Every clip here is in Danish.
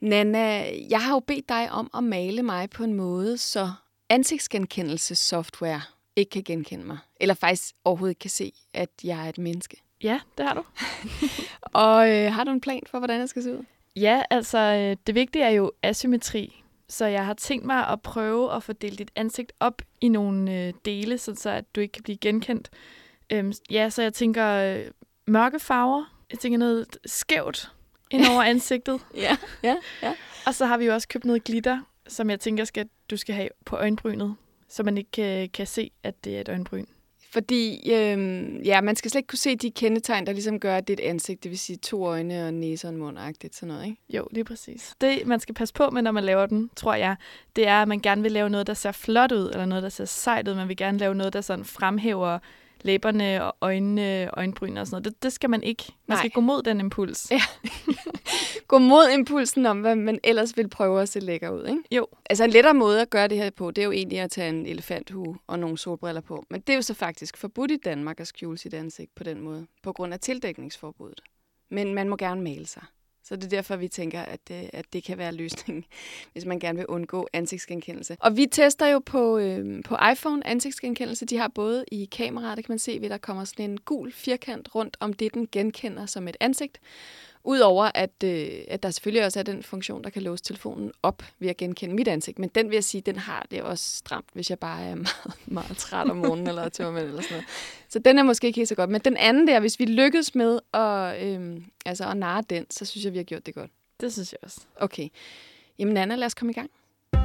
Nana, jeg har jo bedt dig om at male mig på en måde, så ansigtsgenkendelsessoftware ikke kan genkende mig. Eller faktisk overhovedet ikke kan se, at jeg er et menneske. Ja, det har du. Og har du en plan for, hvordan jeg skal se ud? Ja, altså det vigtige er jo asymmetri. Så jeg har tænkt mig at prøve at fordele dit ansigt op i nogle dele, så at du ikke kan blive genkendt. Så jeg tænker mørke farver. Jeg tænker noget skævt ind over ansigtet. Ja. Og så har vi jo også købt noget glitter, som jeg tænker, du skal have på øjenbrynet, så man ikke kan se, at det er et øjenbryn. Fordi man skal slet ikke kunne se de kendetegn, der ligesom gør, at det er et ansigt. Det vil sige 2 øjne og næse og en mund-agtigt, sådan noget, ikke? Jo, lige præcis. Det, man skal passe på med, når man laver den, tror jeg, det er, at man gerne vil lave noget, der ser flot ud, eller noget, der ser sejt ud. Man vil gerne lave noget, der sådan fremhæver læberne og øjnene, øjenbryn og sådan noget. Det skal man ikke. Man skal gå mod den impuls. Ja. Gå mod impulsen om, hvad man ellers vil prøve at se lækker ud, ikke? Jo. Altså en lettere måde at gøre det her på, det er jo egentlig at tage en elefanthue og nogle solbriller på. Men det er jo så faktisk forbudt i Danmark at skjule sit ansigt på den måde, på grund af tildækningsforbuddet. Men man må gerne male sig. Så det er derfor, vi tænker, at det kan være løsningen, hvis man gerne vil undgå ansigtsgenkendelse. Og vi tester jo på iPhone ansigtsgenkendelse. De har både i kameraet, der kan man se, at der kommer sådan en gul firkant rundt om det, den genkender som et ansigt. Udover at der selvfølgelig også er den funktion, der kan låse telefonen op ved at genkende mit ansigt. Men den vil jeg sige, den har det også stramt, hvis jeg bare er meget, meget træt om morgenen eller tømmermænd eller sådan noget. Så den er måske ikke helt så godt. Men den anden der, hvis vi lykkes med at narre den, så synes jeg, vi har gjort det godt. Det synes jeg også. Okay. Jamen Anna, lad os komme i gang.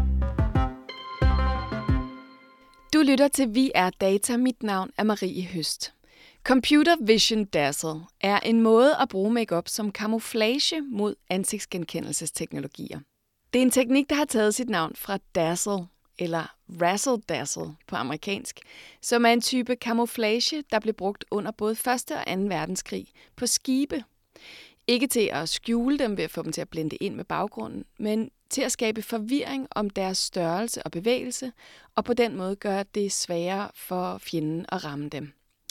Du lytter til Vi er Data. Mit navn er Marie Høst. Computer Vision Dazzle er en måde at bruge makeup som camouflage mod ansigtsgenkendelsesteknologier. Det er en teknik, der har taget sit navn fra dazzle, eller razzle dazzle på amerikansk, som er en type camouflage, der blev brugt under både 1. og 2. verdenskrig på skibe. Ikke til at skjule dem ved at få dem til at blende ind med baggrunden, men til at skabe forvirring om deres størrelse og bevægelse, og på den måde gøre det sværere for fjenden at ramme dem.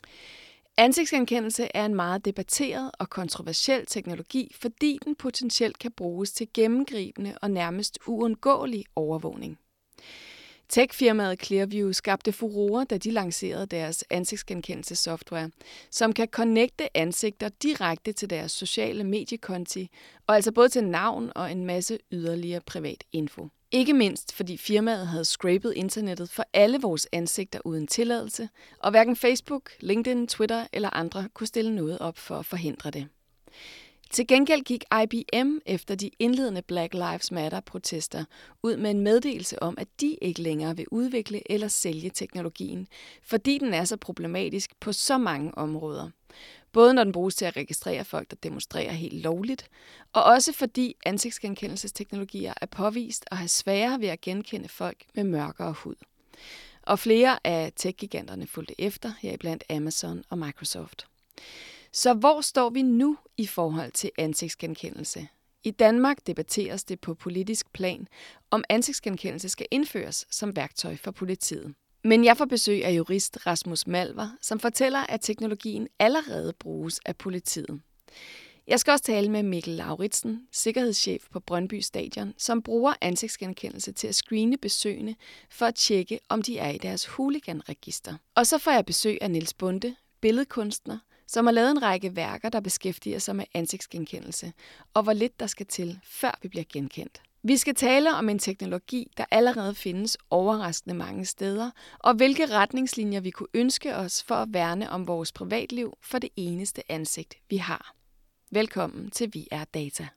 Ansigtsgenkendelse er en meget debatteret og kontroversiel teknologi, fordi den potentielt kan bruges til gennemgribende og nærmest uundgåelig overvågning. Tech-firmaet Clearview skabte furore, da de lancerede deres ansigtsgenkendelsessoftware, som kan connecte ansigter direkte til deres sociale mediekonti, og altså både til navn og en masse yderligere privat info. Ikke mindst, fordi firmaet havde scrapet internettet for alle vores ansigter uden tilladelse, og hverken Facebook, LinkedIn, Twitter eller andre kunne stille noget op for at forhindre det. Til gengæld gik IBM efter de indledende Black Lives Matter-protester ud med en meddelelse om, at de ikke længere vil udvikle eller sælge teknologien, fordi den er så problematisk på så mange områder. Både når den bruges til at registrere folk, der demonstrerer helt lovligt, og også fordi ansigtsgenkendelsesteknologier er påvist at have sværere ved at genkende folk med mørkere hud. Og flere af tech-giganterne fulgte efter, heriblandt Amazon og Microsoft. Så hvor står vi nu i forhold til ansigtsgenkendelse? I Danmark debatteres det på politisk plan, om ansigtsgenkendelse skal indføres som værktøj for politiet. Men jeg får besøg af jurist Rasmus Malver, som fortæller, at teknologien allerede bruges af politiet. Jeg skal også tale med Mikkel Lauritsen, sikkerhedschef på Brøndby Stadion, som bruger ansigtsgenkendelse til at screene besøgende for at tjekke, om de er i deres hooliganregister. Og så får jeg besøg af Niels Bunde, billedkunstner, som har lavet en række værker, der beskæftiger sig med ansigtsgenkendelse, og hvor lidt der skal til, før vi bliver genkendt. Vi skal tale om en teknologi, der allerede findes overraskende mange steder, og hvilke retningslinjer vi kunne ønske os for at værne om vores privatliv for det eneste ansigt, vi har. Velkommen til Vi er Data.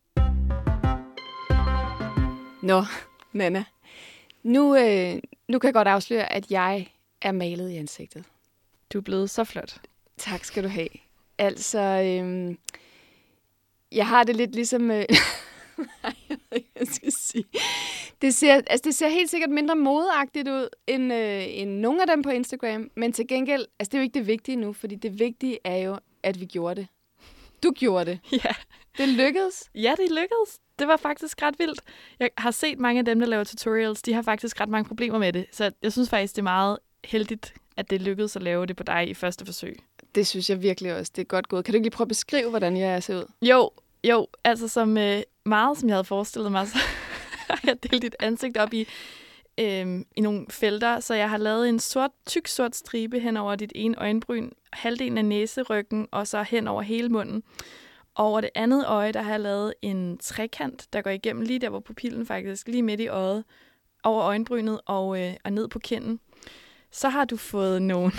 Nå, Nana. Nu kan jeg godt afsløre, at jeg er malet i ansigtet. Du er blevet så flot. Tak skal du have. Altså, jeg har det lidt ligesom... Nej, jeg ved ikke, hvad jeg skal sige. Det ser helt sikkert mindre modeagtigt ud, end nogle af dem på Instagram. Men til gengæld, det er jo ikke det vigtige nu, fordi det vigtige er jo, at vi gjorde det. Du gjorde det. Ja. Det lykkedes. Ja, det lykkedes. Det var faktisk ret vildt. Jeg har set mange af dem, der laver tutorials. De har faktisk ret mange problemer med det. Så jeg synes faktisk, det er meget heldigt, at det lykkedes at lave det på dig i første forsøg. Det synes jeg virkelig også. Det er godt gået. Kan du ikke lige prøve at beskrive, hvordan jeg ser ud? Jo. Altså som meget, som jeg havde forestillet mig, så har jeg delt dit ansigt op i nogle felter, så jeg har lavet en tyk sort stribe hen over dit ene øjenbryn, halvdelen af næseryggen, og så hen over hele munden. Over det andet øje, der har jeg lavet en trekant, der går igennem lige der, hvor pupillen faktisk, lige midt i øjet, over øjenbrynet og ned på kinden. Så har du fået nogle...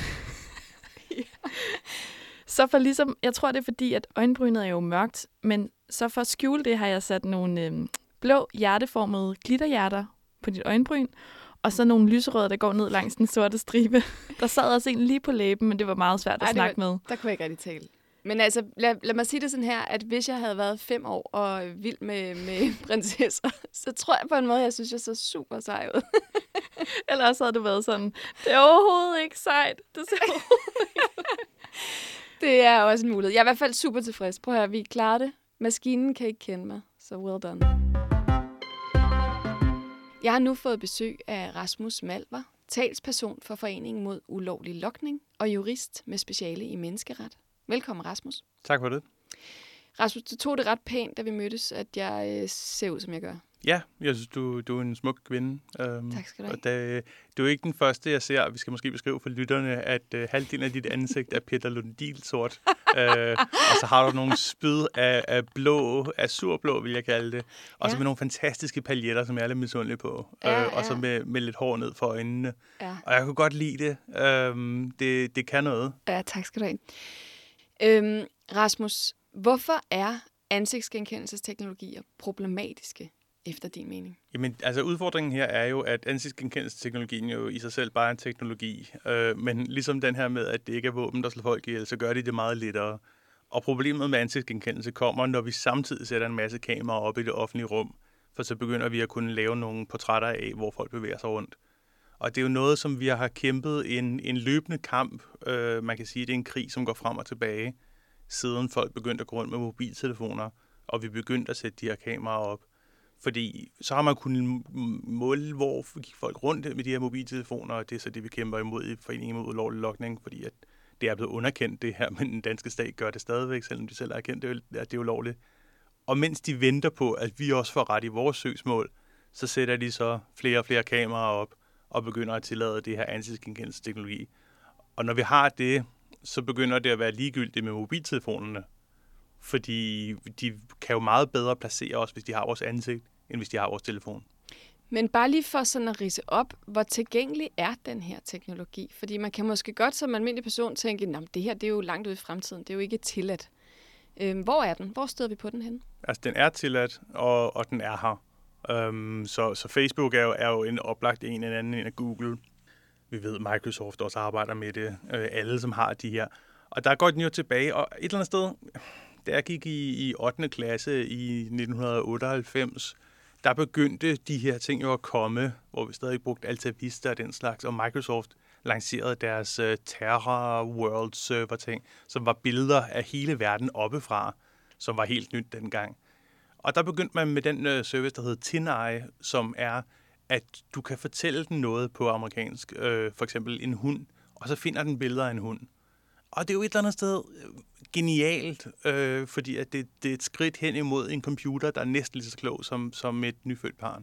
Så for ligesom, jeg tror, det er fordi, at øjenbrynet er jo mørkt, men så for at skjule det, har jeg sat nogle blå hjerteformede glitterhjerter på dit øjenbryn, og så nogle lyserøde, der går ned langs den sorte stribe. Der sad også en lige på læben, men det var meget svært at snakke med. Der kunne jeg ikke rigtig tale. Men altså, lad mig sige det sådan her, at hvis jeg havde været 5 år og vild med prinsesser, så tror jeg på en måde, jeg synes, jeg så super sej ud. Ellers havde det været sådan, det er overhovedet ikke sejt. Det ser overhovedet ikke. Det er også en mulighed. Jeg er i hvert fald super tilfreds. Prøv at høre, vi klarer det. Maskinen kan ikke kende mig, så well done. Jeg har nu fået besøg af Rasmus Malver, talsperson for Foreningen mod ulovlig logning og jurist med speciale i menneskeret. Velkommen, Rasmus. Tak for det. Rasmus, du tog det ret pænt, da vi mødtes, at jeg ser ud, som jeg gør. Ja, jeg synes, du er en smuk kvinde. Tak skal du have. Du er ikke den første, jeg ser. Vi skal måske beskrive for lytterne, at halvdelen af dit ansigt er Peter Lundin sort. Og så har du nogle spyd af blå, af surblå, vil jeg kalde det. Og så med nogle fantastiske paljetter, som jeg er lidt misundelig på. Og så med lidt hår ned for øjnene. Ja. Og jeg kunne godt lide det. Det kan noget. Ja, tak skal du have. Rasmus, hvorfor er ansigtsgenkendelsesteknologier problematiske, efter din mening? Jamen, altså udfordringen her er jo, at ansigtsgenkendelsesteknologien jo i sig selv bare er en teknologi. Men ligesom den her med, at det ikke er våben, der slår folk ihjel, så gør de det meget lettere. Og problemet med ansigtsgenkendelse kommer, når vi samtidig sætter en masse kameraer op i det offentlige rum. For så begynder vi at kunne lave nogle portrætter af, hvor folk bevæger sig rundt. Og det er jo noget, som vi har kæmpet en løbende kamp. Man kan sige, at det er en krig, som går frem og tilbage, siden folk begyndte at gå rundt med mobiltelefoner, og vi begyndte at sætte de her kameraer op. Fordi så har man kunnet måle, hvor gik folk rundt med de her mobiltelefoner, og det er så det, vi kæmper imod i Foreningen mod ulovlig logning, fordi at det er blevet underkendt det her, men den danske stat gør det stadigvæk, selvom de selv har erkendt, at det er ulovligt. Og mens de venter på, at vi også får ret i vores søgsmål, så sætter de så flere og flere kameraer op, og begynder at tillade det her ansigtsgenkendelsesteknologi. Og når vi har det, så begynder det at være ligegyldigt med mobiltelefonerne. Fordi de kan jo meget bedre placere os, hvis de har vores ansigt, end hvis de har vores telefon. Men bare lige for sådan at ridse op, hvor tilgængelig er den her teknologi? Fordi man kan måske godt som almindelig person tænke, at det her det er jo langt ude i fremtiden, det er jo ikke tilladt. Hvor er den? Hvor støder vi på den hen? Altså, den er tilladt, og den er her. Så Facebook er jo en oplagt en anden end af Google. Vi ved, Microsoft også arbejder med det. Alle, som har de her. Og der går den jo tilbage, og et eller andet sted, da jeg gik i 8. klasse i 1998, der begyndte de her ting jo at komme, hvor vi stadig brugte Alta Vista og den slags, og Microsoft lancerede deres Terra World Server ting, som var billeder af hele verden oppefra, som var helt nyt dengang. Og der begyndte man med den service, der hedder TinEye, som er, at du kan fortælle den noget på amerikansk, for eksempel en hund, og så finder den billeder af en hund. Og det er jo et eller andet sted genialt, fordi at det er et skridt hen imod en computer, der er næsten lige så klog som et nyfødt barn.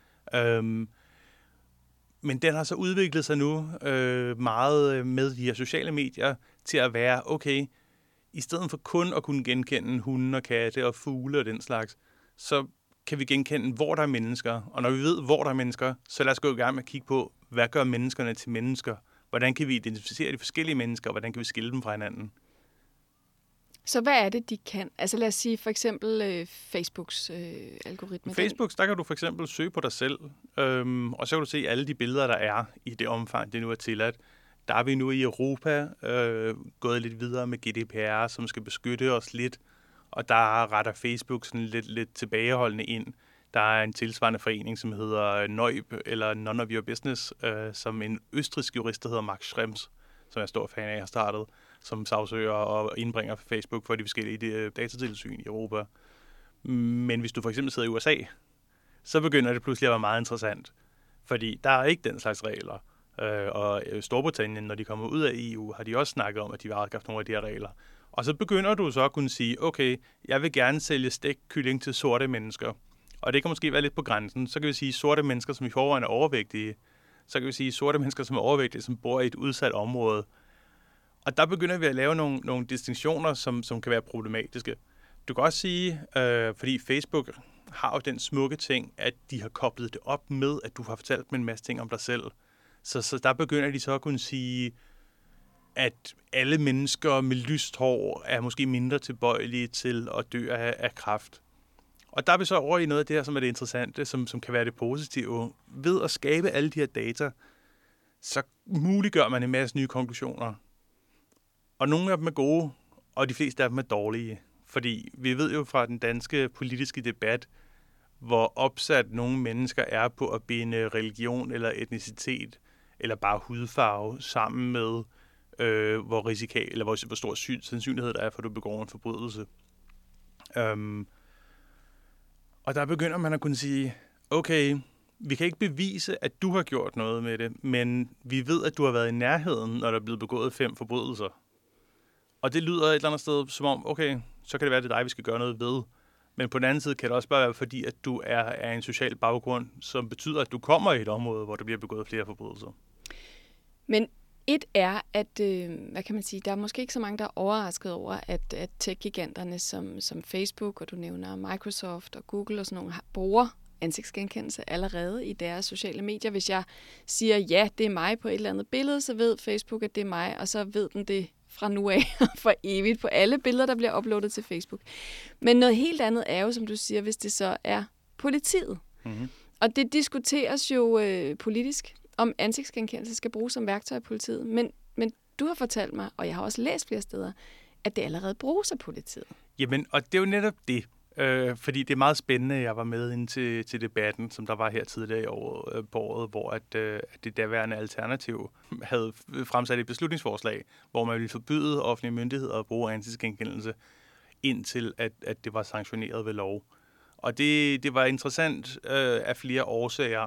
Men den har så udviklet sig nu meget med de her sociale medier til at være, okay, i stedet for kun at kunne genkende hunde og katte og fugle og den slags, så kan vi genkende, hvor der er mennesker. Og når vi ved, hvor der er mennesker, så lad os gå i gang med at kigge på, hvad gør menneskerne til mennesker? Hvordan kan vi identificere de forskellige mennesker, og hvordan kan vi skille dem fra hinanden? Så hvad er det, de kan? Altså lad os sige for eksempel Facebooks algoritme. Facebook, der kan du for eksempel søge på dig selv, og så kan du se alle de billeder, der er i det omfang, det nu er tilladt. Der er vi nu i Europa gået lidt videre med GDPR, som skal beskytte os lidt, og der retter Facebook sådan lidt tilbageholdende ind. Der er en tilsvarende forening, som hedder NOIB, eller None of Your Business, som en østrigsk jurist, der hedder Max Schrems, som jeg er stor fan af, har startet, som sagsøger og indbringer for Facebook for de forskellige datatilsyn i Europa. Men hvis du for eksempel sidder i USA, så begynder det pludselig at være meget interessant, fordi der er ikke den slags regler. Og Storbritannien, når de kommer ud af EU, har de også snakket om, at de vil afskaffe nogle af de her regler. Og så begynder du så at kunne sige, okay, jeg vil gerne sælge stegt kylling til sorte mennesker. Og det kan måske være lidt på grænsen. Så kan vi sige sorte mennesker, som i forvejen er overvægtige. Så kan vi sige sorte mennesker, som er overvægtige, som bor i et udsat område. Og der begynder vi at lave nogle distinktioner, som kan være problematiske. Du kan også sige, fordi Facebook har jo den smukke ting, at de har koblet det op med, at du har fortalt dem en masse ting om dig selv. Så der begynder de så at kunne sige, at alle mennesker med lyst hår er måske mindre tilbøjelige til at dø af kræft. Og der er vi så over i noget af det her, som er det interessante, som kan være det positive. Ved at skabe alle de her data, så muliggør man en masse nye konklusioner. Og nogle af dem er gode, og de fleste af dem er dårlige. Fordi vi ved jo fra den danske politiske debat, hvor opsat nogle mennesker er på at binde religion eller etnicitet, eller bare hudfarve sammen med, hvor stor sandsynlighed der er for, at du begår en forbrydelse. Og der begynder man at kunne sige, okay, vi kan ikke bevise, at du har gjort noget med det, men vi ved, at du har været i nærheden, når der er blevet begået 5 forbrydelser. Og det lyder et eller andet sted som om, okay, så kan det være, at det er dig, vi skal gøre noget ved. Men på den anden side kan det også bare være, fordi at du er af en social baggrund, som betyder, at du kommer i et område, hvor der bliver begået flere forbrydelser. Men et er, at hvad kan man sige, der er måske ikke så mange, der er overrasket over, at tech-giganterne som Facebook, og du nævner Microsoft og Google og sådan nogle, bruger ansigtsgenkendelse allerede i deres sociale medier. Hvis jeg siger, ja, det er mig på et eller andet billede, så ved Facebook, at det er mig, og så ved den det fra nu af for evigt på alle billeder, der bliver uploadet til Facebook. Men noget helt andet er jo, som du siger, hvis det så er politiet. Mm-hmm. Og det diskuteres jo politisk, om ansigtsgenkendelse skal bruges som værktøj af politiet. Men du har fortalt mig, og jeg har også læst flere steder, at det allerede bruges af politiet. Jamen, og det er jo netop det. Fordi det er meget spændende, at jeg var med ind til debatten, som der var her tidligere på året, hvor at det daværende alternativ havde fremsat et beslutningsforslag, hvor man ville forbyde offentlige myndigheder at bruge ansigtsgenkendelse, indtil at det var sanktioneret ved lov. Og det var interessant af flere årsager.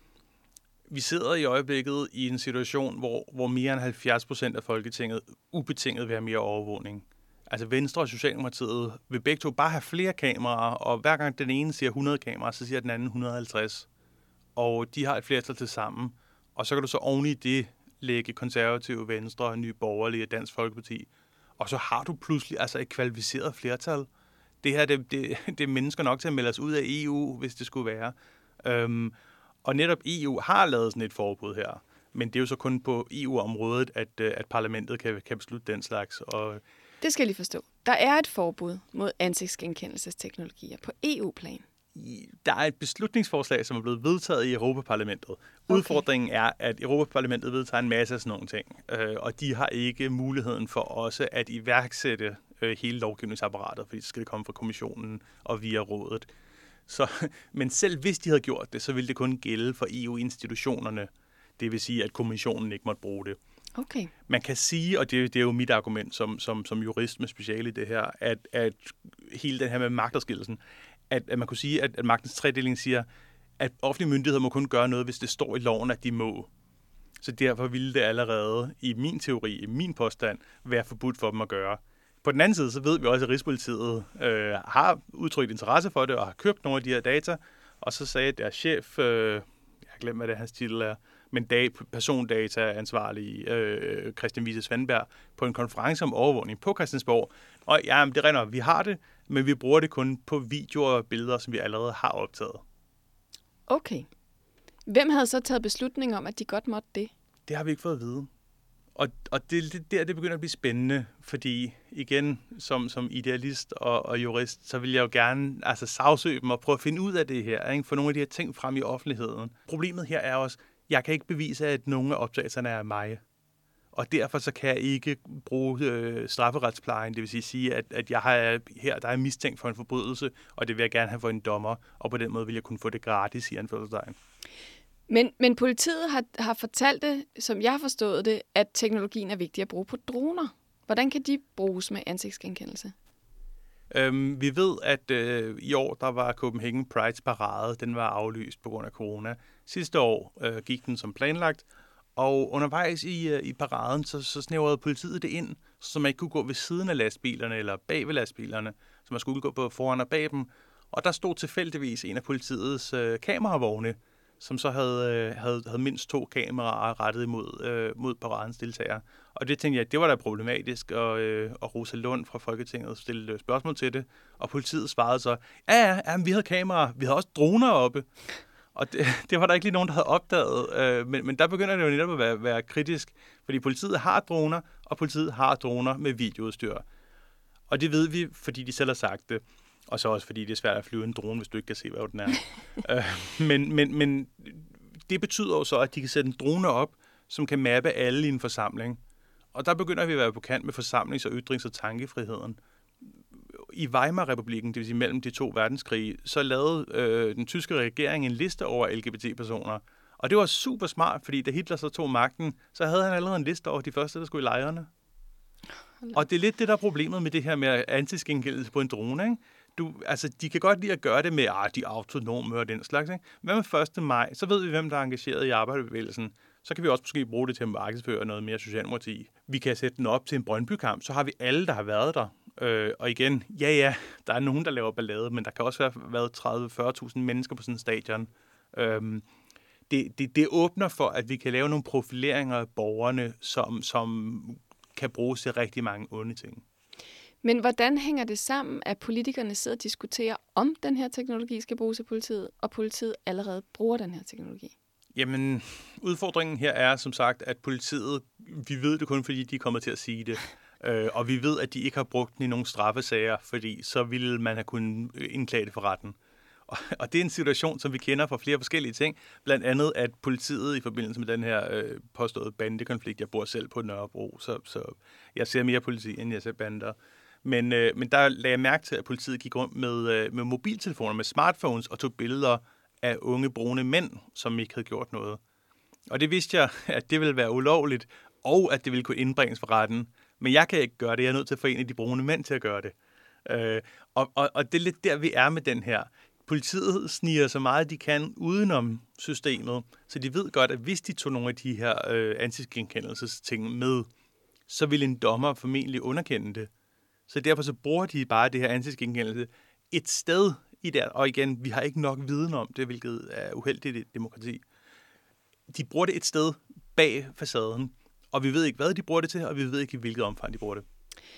Vi sidder i øjeblikket i en situation, hvor mere end 70% af Folketinget ubetinget vil have mere overvågning. Altså Venstre og Socialdemokratiet vil begge to bare have flere kameraer, og hver gang den ene siger 100 kameraer, så siger den anden 150. Og de har et flertal til sammen. Og så kan du så oven i det lægge Konservative, Venstre, Nye Borgerlige og Dansk Folkeparti. Og så har du pludselig altså et kvalificeret flertal. Det her, det er mennesker nok til at melde os ud af EU, hvis det skulle være. Og netop EU har lavet sådan et forbud her. Men det er jo så kun på EU-området, at parlamentet kan beslutte den slags. Og det skal jeg lige forstå. Der er et forbud mod ansigtsgenkendelsesteknologier på EU-plan. Der er et beslutningsforslag, som er blevet vedtaget i Europaparlamentet. Okay. Udfordringen er, at Europaparlamentet vedtager en masse af sådan nogle ting, og de har ikke muligheden for også at iværksætte hele lovgivningsapparatet, fordi så skal det komme fra kommissionen og via rådet. Men selv hvis de havde gjort det, så ville det kun gælde for EU-institutionerne. Det vil sige, at kommissionen ikke måtte bruge det. Okay. Man kan sige, og det er jo mit argument som jurist med speciale i det her, at hele den her med magtadskillelsen, at man kunne sige, at magtens tredeling siger, at offentlige myndigheder må kun gøre noget, hvis det står i loven, at de må. Så derfor ville det allerede, i min teori, i min påstand, være forbudt for dem at gøre. På den anden side, så ved vi også, at Rigspolitiet har udtrykt interesse for det, og har købt nogle af de her data, og så sagde deres chef, jeg har glemt, hvad det hans titel er, men persondata-ansvarlig Christian Wiese Svanberg på en konference om overvågning på Christiansborg. Og ja, det render, vi har det, men vi bruger det kun på videoer og billeder, som vi allerede har optaget. Okay. Hvem havde så taget beslutning om, at de godt måtte det? Det har vi ikke fået at vide. Og det begynder at blive spændende, fordi igen, som idealist og jurist, så vil jeg jo gerne sagsøge dem og prøve at finde ud af det her, ikke? Få nogle af de her ting frem i offentligheden. Problemet her er også, jeg kan ikke bevise, at nogle af optagelserne er mig. Og derfor så kan jeg ikke bruge strafferetsplejen, det vil sige, at jeg har her, der er mistænkt for en forbrydelse, og det vil jeg gerne have for en dommer, og på den måde vil jeg kunne få det gratis i anførselstegn. Men politiet har fortalt det, som jeg har forstået det, at teknologien er vigtig at bruge på droner. Hvordan kan de bruges med ansigtsgenkendelse? Vi ved, at i år der var Copenhagen Pride's parade, den var aflyst på grund af corona. Sidste år gik den som planlagt, Og undervejs i paraden, så snævrede politiet det ind, så man ikke kunne gå ved siden af lastbilerne eller bag ved lastbilerne, så man skulle gå på foran og bag dem. Og der stod tilfældigvis en af politiets kameravogne, som så havde mindst 2 kameraer rettet mod paradens deltagere. Og det tænkte jeg, det var da problematisk, og Rosa Lund fra Folketinget stillede spørgsmål til det, og politiet svarede så, ja, vi havde kameraer, vi havde også droner oppe. Og det var der ikke lige nogen, der havde opdaget, men der begynder det jo netop at være kritisk, fordi politiet har droner, og politiet har droner med videoudstyr. Og det ved vi, fordi de selv har sagt det, og så også fordi det er svært at flyve en drone, hvis du ikke kan se, hvad den er. Men det betyder jo så, at de kan sætte en drone op, som kan mappe alle i en forsamling. Og der begynder vi at være på kant med forsamlings- og ytrings- og tankefriheden. I Weimar-republikken, det vil sige mellem de 2 verdenskrige, så lavede den tyske regering en liste over LGBT-personer. Og det var super smart, fordi da Hitler så tog magten, så havde han allerede en liste over de første, der skulle i lejrene. Og det er lidt det, der er problemet med det her med ansigtsgenkendelse på en drone, ikke? De kan godt lide at gøre det med de autonome og den slags. Ikke? Hvad med 1. maj? Så ved vi, hvem der er engageret i arbejderbevægelsen. Så kan vi også måske bruge det til at markedsføre noget mere socialdemokrati. Vi kan sætte den op til en Brøndby-kamp, så har vi alle, der har været der. Og igen, ja, der er nogen, der laver ballade, men der kan også have været 30-40.000 mennesker på sådan en stadion. Det åbner for, at vi kan lave nogle profileringer af borgerne, som kan bruges til rigtig mange onde ting. Men hvordan hænger det sammen, at politikerne sidder og diskuterer, om den her teknologi skal bruges af politiet, og politiet allerede bruger den her teknologi? Jamen, udfordringen her er som sagt, at politiet, vi ved det kun, fordi de kommer til at sige det. Og vi ved, at de ikke har brugt den i nogle straffesager, fordi så ville man have kunnet indklage det for retten. Og det er en situation, som vi kender fra flere forskellige ting. Blandt andet, at politiet i forbindelse med den her påståede bandekonflikt, jeg bor selv på Nørrebro, så jeg ser mere politi, end jeg ser bander. Men der lagde jeg mærke til, at politiet gik rundt med mobiltelefoner, med smartphones, og tog billeder af unge brune mænd, som ikke havde gjort noget. Og det vidste jeg, at det ville være ulovligt, og at det ville kunne indbringes for retten. Men jeg kan ikke gøre det. Jeg er nødt til at få en af de brune mænd til at gøre det. Og det er lidt der, vi er med den her. Politiet sniger så meget, de kan udenom systemet, så de ved godt, at hvis de tog nogle af de her ansigtsgenkendelsesting med, så ville en dommer formentlig underkende det. Så derfor så bruger de bare det her ansigtsgenkendelse et sted i der. Og igen, vi har ikke nok viden om det, hvilket er uheldigt i et demokrati. De bruger det et sted bag facaden, og vi ved ikke, hvad de bruger det til, og vi ved ikke, i hvilket omfang de bruger det.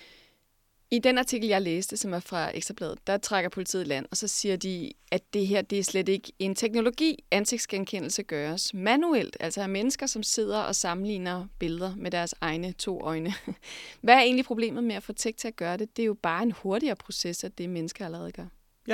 I den artikel, jeg læste, som er fra Ekstrabladet, der trækker politiet land, og så siger de, at det her det er slet ikke en teknologi. Ansigtsgenkendelse gøres manuelt, altså af mennesker, som sidder og sammenligner billeder med deres egne 2 øjne. Hvad er egentlig problemet med at få tech til at gøre det? Det er jo bare en hurtigere proces, at det mennesker allerede gør. Ja,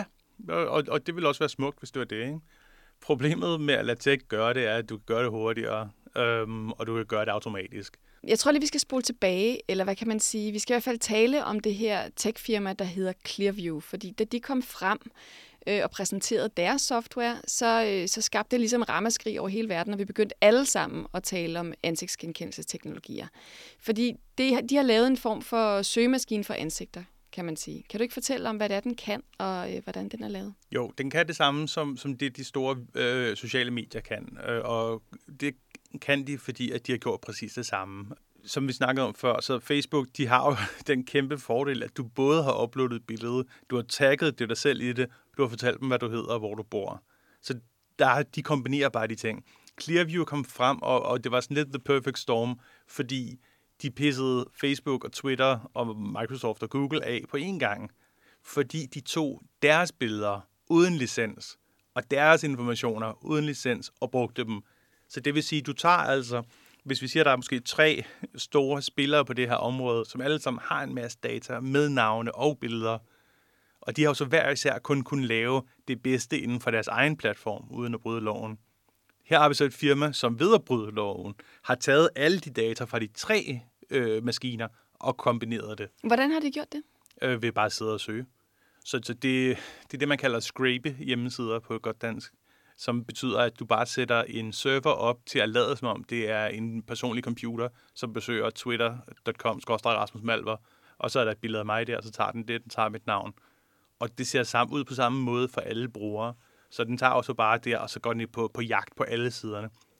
og det vil også være smukt, hvis det var det, ikke? Problemet med at lade tech gøre det, er, at du kan gøre det hurtigere, og du kan gøre det automatisk. Jeg tror lige, vi skal spole tilbage, eller hvad kan man sige? Vi skal i hvert fald tale om det her tech-firma, der hedder Clearview, fordi da de kom frem og præsenterede deres software, så skabte det ligesom ramaskrig over hele verden, og vi begyndte alle sammen at tale om ansigtsgenkendelsesteknologier. Fordi de har lavet en form for søgemaskine for ansigter, kan man sige. Kan du ikke fortælle om, hvad det er, den kan, og hvordan den er lavet? Jo, den kan det samme, som det de store sociale medier kan, og det kan de, fordi at de har gjort præcis det samme. Som vi snakkede om før, så Facebook, de har jo den kæmpe fordel, at du både har uploadet et billede, du har tagget det dig selv i det, du har fortalt dem, hvad du hedder og hvor du bor. Så de kombinerer bare de ting. Clearview kom frem, og det var sådan lidt the perfect storm, fordi de pissede Facebook og Twitter og Microsoft og Google af på én gang, fordi de tog deres billeder uden licens og deres informationer uden licens og brugte dem. Så det vil sige, du tager altså, hvis vi siger, at der er måske 3 store spillere på det her område, som alle sammen har en masse data med navne og billeder, og de har jo så hver især kun kunnet lave det bedste inden for deres egen platform, uden at bryde loven. Her har vi så et firma, som ved at bryde loven, har taget alle de data fra de 3 maskiner og kombineret det. Hvordan har de gjort det? Ved bare at sidde og søge. Så det er det, man kalder scrape hjemmesider på godt dansk, som betyder, at du bare sætter en server op til at lade som om det er en personlig computer, som besøger twitter.com/Rasmus Malver, og så er der et billede af mig der, og så tager den tager mit navn. Og det ser ud på samme måde for alle brugere. Så den tager også bare der, og så går den på jagt på alle siderne.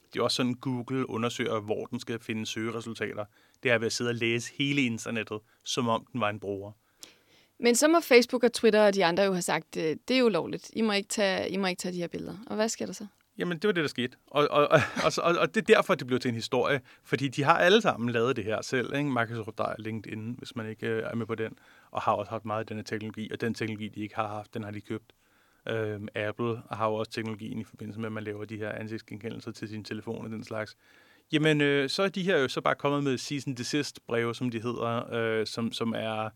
Det er også sådan, Google undersøger, hvor den skal finde søgeresultater. Det er ved at sidde og læse hele internettet, som om den var en bruger. Men så må Facebook og Twitter og de andre jo have sagt, det er ulovligt. I må ikke tage de her billeder. Og hvad sker der så? Jamen, det var det, der skete. Og det er derfor, det blev til en historie. Fordi de har alle sammen lavet det her selv. Ikke? Microsoft er LinkedIn, hvis man ikke er med på den. Og har også haft meget af denne teknologi. Og den teknologi, de ikke har haft, den har de købt. Apple har jo også teknologien i forbindelse med, at man laver de her ansigtsgenkendelser til sin telefon og den slags. Jamen, så er de her jo så bare kommet med cease and desist breve, som de hedder, som er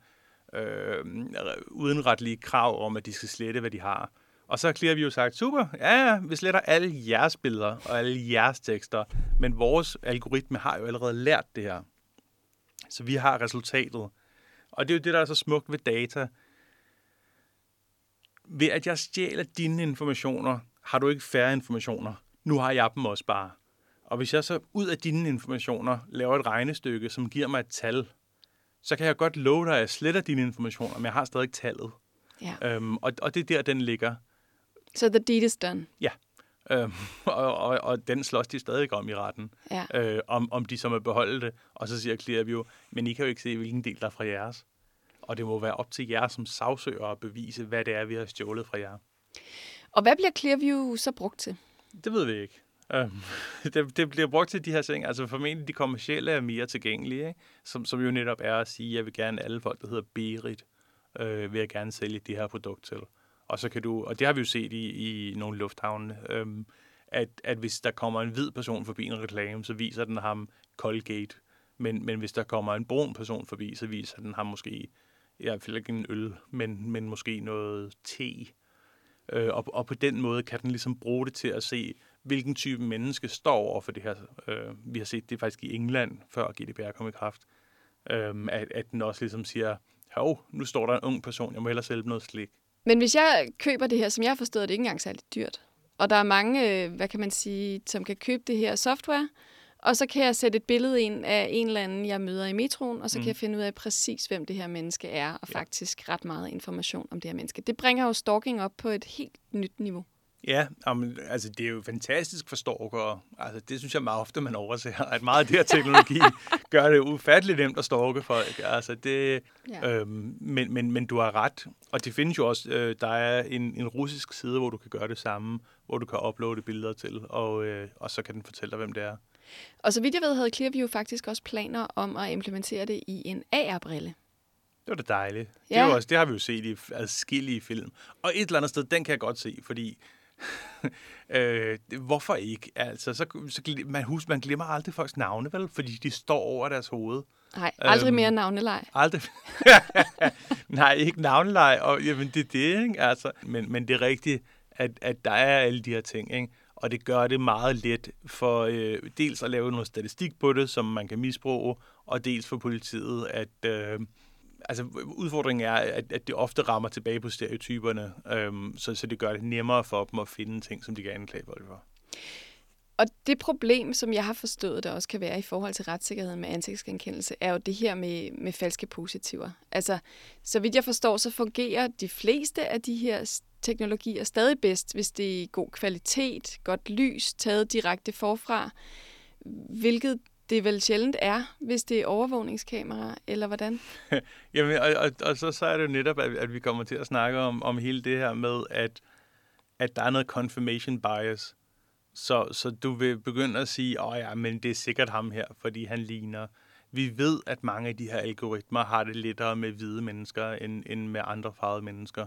uden retlige krav om, at de skal slette, hvad de har. Og så har Clearview sagt, super, ja, vi sletter alle jeres billeder og alle jeres tekster, men vores algoritme har jo allerede lært det her. Så vi har resultatet. Og det er jo det, der er så smukt ved data. Ved at jeg stjæler dine informationer, har du ikke færre informationer. Nu har jeg dem også bare. Og hvis jeg så ud af dine informationer laver et regnestykke, som giver mig et tal, så kan jeg godt love dig, at jeg sletter dine informationer, men jeg har stadig tallet. Ja. Og det er der, den ligger. Så the deed is done. Ja. Og den slås de stadig om i retten. Ja. Om de så må beholde det. Og så siger Clearview, men I kan jo ikke se, hvilken del der er fra jeres. Og det må være op til jer som sagsøger at bevise, hvad det er, vi har stjålet fra jer. Og hvad bliver Clearview så brugt til? Det ved vi ikke. Det bliver brugt til de her ting. Altså formentlig de kommercielle er mere tilgængelige, ikke? Som jo netop er at sige, at jeg vil gerne alle folk, der hedder Berit, vil jeg gerne sælge det her produkt til. Og så kan du, og det har vi jo set i nogle lufthavne, at hvis der kommer en hvid person forbi en reklame, så viser den ham Colgate. Men hvis der kommer en brun person forbi, så viser den ham måske, i hvert fald ikke en øl, men måske noget te. Og på den måde kan den ligesom bruge det til at se, hvilken type menneske står over for det her. Vi har set det faktisk i England, før GDPR kom i kraft, at den også ligesom siger, hov, nu står der en ung person, jeg må hellere sælge noget slik. Men hvis jeg køber det her, som jeg har forstået, det er ikke engang særlig dyrt. Og der er mange, hvad kan man sige, som kan købe det her software, og så kan jeg sætte et billede ind af en eller anden, jeg møder i metroen, og så kan jeg finde ud af præcis, hvem det her menneske er, og faktisk ret meget information om det her menneske. Det bringer jo stalking op på et helt nyt niveau. Ja, altså det er jo fantastisk for stalkere. Altså det synes jeg meget ofte, man overser, at meget af det her teknologi gør det ufatteligt nemt at stalke folk. Altså det, men du har ret. Og det findes jo også, der er en russisk side, hvor du kan gøre det samme, hvor du kan uploade billeder til, og så kan den fortælle dig, hvem det er. Og så vidt jeg ved, havde Clearview faktisk også planer om at implementere det i en AR-brille. Det var da dejligt. Ja. Det har vi jo set i adskillige film. Og et eller andet sted, den kan jeg godt se, fordi hvorfor ikke? Altså, man glemmer aldrig folks navne, vel? Fordi de står over deres hoved. Nej, aldrig mere navneleg. Aldrig. Nej, ikke navneleg. Og jamen, det er det, ikke? Altså, men det er rigtigt, at der er alle de her ting, ikke? Og det gør det meget let for dels at lave noget statistik på det, som man kan misbruge, og dels for politiet, at altså udfordringen er, at det ofte rammer tilbage på stereotyperne, så det gør det nemmere for dem at finde ting, som de gerne anklage folk for. Og det problem, som jeg har forstået, der også kan være i forhold til retssikkerheden med ansigtsgenkendelse, er jo det her med falske positiver. Altså, så vidt jeg forstår, så fungerer de fleste af de her teknologier stadig bedst, hvis det er god kvalitet, godt lys, taget direkte forfra, hvilket det vel sjældent er, hvis det er overvågningskamera, eller hvordan? Jamen, og så er det jo netop, at vi kommer til at snakke om hele det her med, at der er noget confirmation bias. Så du vil begynde at sige, men det er sikkert ham her, fordi han ligner. Vi ved, at mange af de her algoritmer har det lettere med hvide mennesker, end med andre farvede mennesker.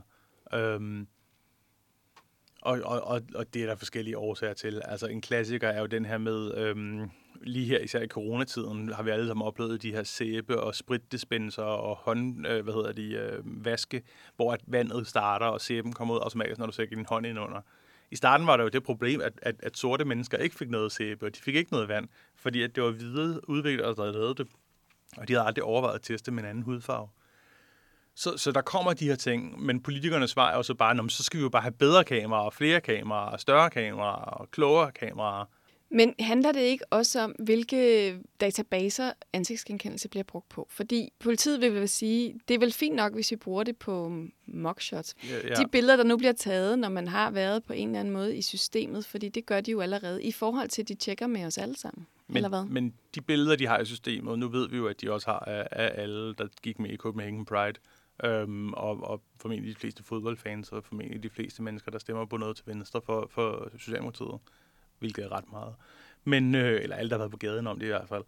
Og det er der forskellige årsager til. Altså en klassiker er jo den her med, lige her især i coronatiden, har vi alle sammen oplevet de her sæbe- og spritdispenser og vaske, hvor at vandet starter, og sæben kommer ud automatisk, når du sætter din hånd ind under. I starten var der jo det problem, at sorte mennesker ikke fik noget sæbe, og de fik ikke noget vand, fordi at det var hvide udviklere, der havde lavet det, og de havde aldrig overvejet at teste med en anden hudfarve. Så der kommer de her ting, men politikernes svar er jo så bare, så skal vi jo bare have bedre kameraer, flere kameraer, større kameraer og klogere kameraer. Men handler det ikke også om, hvilke databaser ansigtsgenkendelse bliver brugt på? Fordi politiet vil vel sige, det er vel fint nok, hvis vi bruger det på mugshots. Ja. De billeder, der nu bliver taget, når man har været på en eller anden måde i systemet, fordi det gør de jo allerede i forhold til, at de tjekker med os alle sammen. Eller hvad? Men de billeder, de har i systemet, nu ved vi jo, at de også har af alle, der gik med i Copenhagen Pride, og formentlig de fleste fodboldfans, og formentlig de fleste mennesker, der stemmer på noget til venstre for Socialdemokratiet, hvilket er ret meget. Men, eller alle, der har været på gaden om det i hvert fald.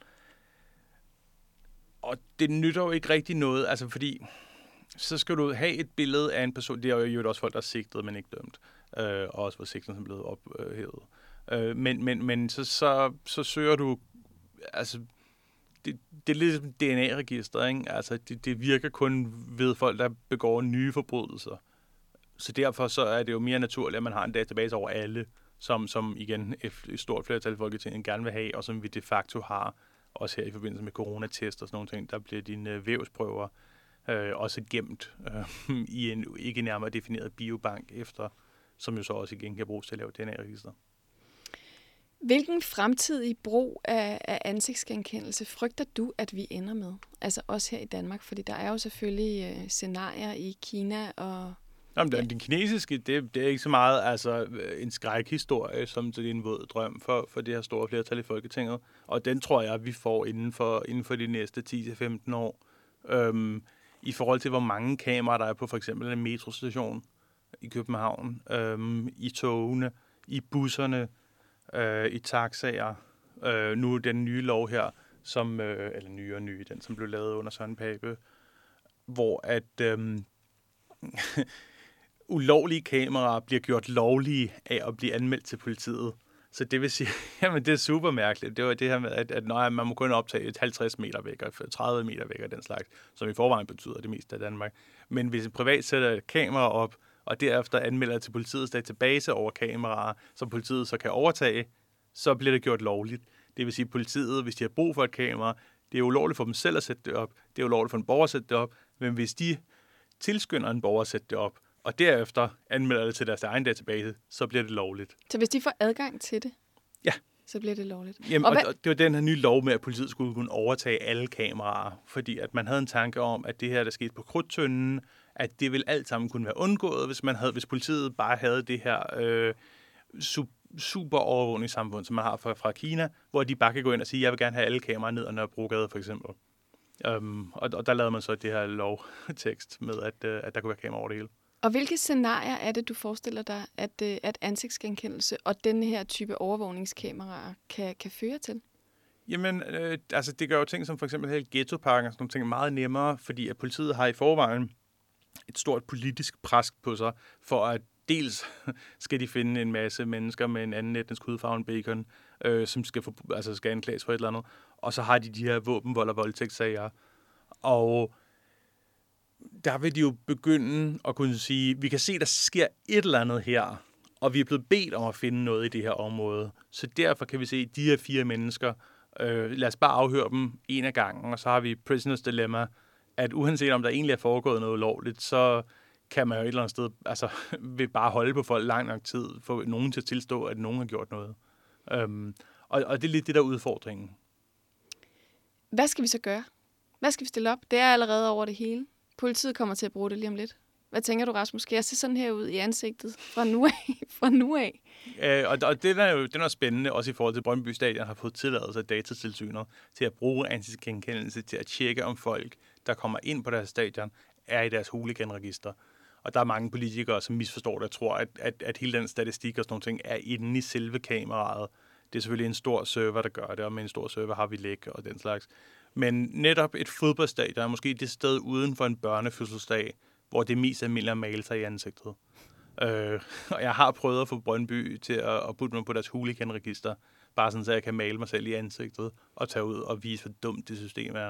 Og det nytter jo ikke rigtig noget, altså fordi, så skal du have et billede af en person, det er jo også folk, der er sigtet, men ikke dømt, og også hvor sigtelsen er blevet ophævet. Men så søger du, altså, det er lidt som DNA-register, ikke? Altså, det virker kun ved folk, der begår nye forbrydelser. Så derfor så er det jo mere naturligt, at man har en database over alle, som igen et stort flertal i Folketinget gerne vil have, og som vi de facto har, også her i forbindelse med coronatest og sådan nogle ting, der bliver dine vævsprøver også gemt i en ikke nærmere defineret biobank efter, som jo så også igen kan bruges til at lave DNA-register. Hvilken fremtidig brug af ansigtsgenkendelse frygter du, at vi ender med? Altså også her i Danmark, fordi der er jo selvfølgelig scenarier i Kina og... Jamen, den kinesiske, det er ikke så meget altså en skrækhistorie, som det er en våd drøm for det her store flertal i Folketinget. Og den tror jeg, vi får inden for de næste 10-15 år. I forhold til, hvor mange kameraer der er på for eksempel en metrostation i København, i togene, i busserne, i taxaer. Nu den nye lov her, som, eller nye, den som blev lavet under Søren Pape, hvor at ulovlige kameraer bliver gjort lovlige af at blive anmeldt til politiet. Så det vil sige, jamen det er super mærkeligt. Det var det her med, at man må kun optage 50 meter væk og 30 meter væk og den slags, som i forvejen betyder det meste af Danmark. Men hvis en privat sætter et kamera op, og derefter anmelder til politiets database over kameraer, som politiet så kan overtage, så bliver det gjort lovligt. Det vil sige, at politiet, hvis de har brug for et kamera, det er ulovligt for dem selv at sætte det op, det er ulovligt for en borger at sætte det op, men hvis de tilskynder en borger at sætte det op, og derefter anmelder det til deres egen database, så bliver det lovligt. Så hvis de får adgang til det, ja, så bliver det lovligt? Jamen, og det var den her nye lov med, at politiet skulle kunne overtage alle kameraer, fordi at man havde en tanke om, at det her, der skete på Krudttønden, at det ville alt sammen kunne være undgået, hvis politiet bare havde det her super overvågningssamfund, som man har fra Kina, hvor de bare kan gå ind og sige, jeg vil gerne have alle kameraer ned ad Nørrebrogade, for eksempel. Og der lavede man så det her lovtekst med, at der kunne være kameraer over det hele. Og hvilke scenarier er det, du forestiller dig, at ansigtsgenkendelse og denne her type overvågningskameraer kan føre til? Jamen, altså det gør jo ting som for eksempel hele ghettoparken og sådan nogle ting meget nemmere, fordi at politiet har i forvejen et stort politisk pres på sig, for at dels skal de finde en masse mennesker med en anden etnisk hudfarve end bacon, som skal anklages for et eller andet, og så har de her våbenvold og voldtægtssager. Og der vil de jo begynde at kunne sige, vi kan se, der sker et eller andet her, og vi er blevet bedt om at finde noget i det her område. Så derfor kan vi se, de her 4 mennesker, lad os bare afhøre dem en af gangen, og så har vi prisoners dilemma, at uanset om der egentlig er foregået noget ulovligt, så kan man jo et eller andet sted, altså vil bare holde på folk lang nok tid, for nogen til at tilstå, at nogen har gjort noget. Og det er lidt det, der er udfordringen. Hvad skal vi så gøre? Hvad skal vi stille op? Det er allerede over det hele. Politiet kommer til at bruge det lige om lidt. Hvad tænker du, Rasmus? Skal jeg se sådan her ud i ansigtet fra nu af? Og den er spændende, også i forhold til Brøndby Stadion har fået tilladelse af Datatilsynet til at bruge ansigtsgenkendelse til at tjekke, om folk, der kommer ind på deres stadion, er i deres hooliganregister. Og der er mange politikere, som misforstår det og tror, at hele den statistik og sådan nogle ting er inde i selve kameraet. Det er selvfølgelig en stor server, der gør det, og med en stor server har vi læk og den slags. Men netop et fodboldstadion er måske det sted uden for en børnefødselsdag, hvor det er mest almindeligt at male sig i ansigtet. Og jeg har prøvet at få Brøndby til at putte mig på deres hooliganregister, bare sådan, så jeg kan male mig selv i ansigtet og tage ud og vise, hvor dumt det system er.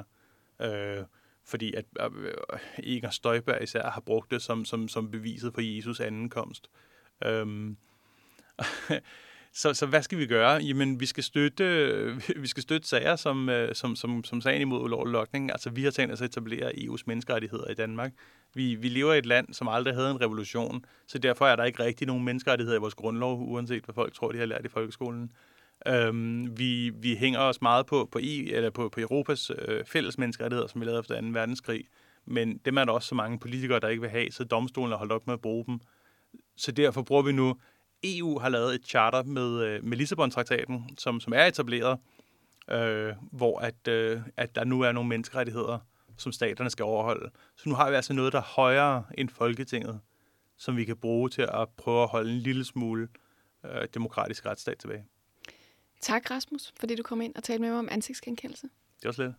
Fordi at Inger Støjberg især har brugt det som beviset på Jesus andenkomst. Så hvad skal vi gøre? Jamen, vi skal støtte sager som sagen imod ulovlig logning. Altså, vi har tænkt os at etablere EU's menneskerettigheder i Danmark. Vi lever i et land, som aldrig havde en revolution, så derfor er der ikke rigtig nogen menneskerettigheder i vores grundlov, uanset hvad folk tror, de har lært i folkeskolen. Vi hænger os meget på Europas fælles menneskerettigheder, som vi lavede efter 2. verdenskrig. Men dem er der også så mange politikere, der ikke vil have, så domstolen har holdt op med at bruge dem. Så derfor bruger vi nu... EU har lavet et charter med Lissabon-traktaten, som er etableret, hvor at der nu er nogle menneskerettigheder, som staterne skal overholde. Så nu har vi altså noget, der er højere end Folketinget, som vi kan bruge til at prøve at holde en lille smule demokratisk retsstat tilbage. Tak, Rasmus, fordi du kom ind og talte med mig om ansigtsgenkendelse. Det var slet.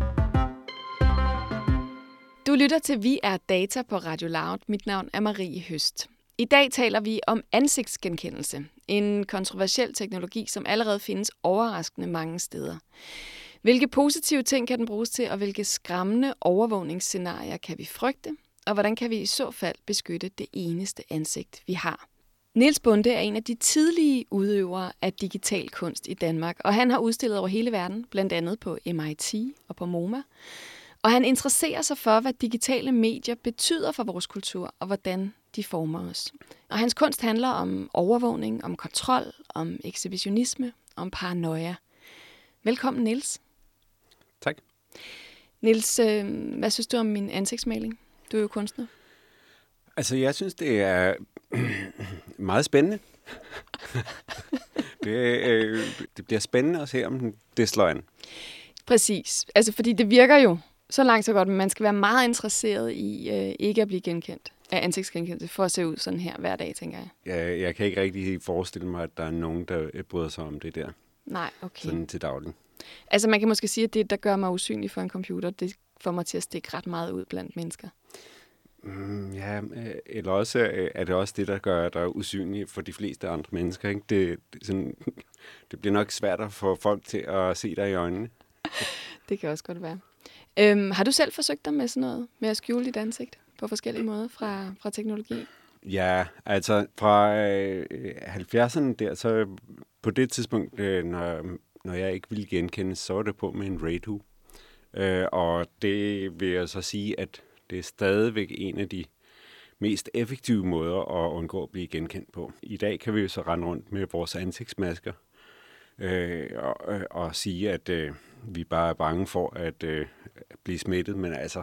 Du lytter til Vi er Data på Radio Loud. Mit navn er Marie Høst. I dag taler vi om ansigtsgenkendelse, en kontroversiel teknologi, som allerede findes overraskende mange steder. Hvilke positive ting kan den bruges til, og hvilke skræmmende overvågningsscenarier kan vi frygte, og hvordan kan vi i så fald beskytte det eneste ansigt, vi har? Niels Bonde er en af de tidlige udøvere af digital kunst i Danmark, og han har udstillet over hele verden, blandt andet på MIT og på MoMA. Og han interesserer sig for, hvad digitale medier betyder for vores kultur, og hvordan de former os. Og hans kunst handler om overvågning, om kontrol, om ekshibitionisme, om paranoia. Velkommen, Niels. Tak. Niels, hvad synes du om min ansigtsmaling? Du er jo kunstner. Altså, jeg synes, det er meget spændende. Det bliver spændende at se, om det slår an. Præcis. Altså, fordi det virker jo så langt så godt, men man skal være meget interesseret i ikke at blive genkendt af ansigtsgenkendelse for at se ud sådan her hver dag, tænker jeg. Jeg kan ikke rigtig forestille mig, at der er nogen, der bryder sig om det der. Nej, okay. Sådan til daglig. Altså, man kan måske sige, at det, der gør mig usynlig for en computer, det får mig til at stikke ret meget ud blandt mennesker. Ja, eller også er det også det, der gør dig usynlig for de fleste andre mennesker, ikke? Det bliver nok svært at få folk til at se dig i øjnene. Det kan også godt være. Har du selv forsøgt dig med sådan noget, med at skjule dit ansigt på forskellige måder fra teknologi? Ja, altså fra 70'erne der, så på det tidspunkt, når jeg ikke ville genkendes, så var det på med en Raid-hue. Og det vil jeg så sige, at det er stadigvæk en af de mest effektive måder at undgå at blive genkendt på. I dag kan vi jo så rende rundt med vores ansigtsmasker og sige, at vi bare er bange for at blive smittet, men altså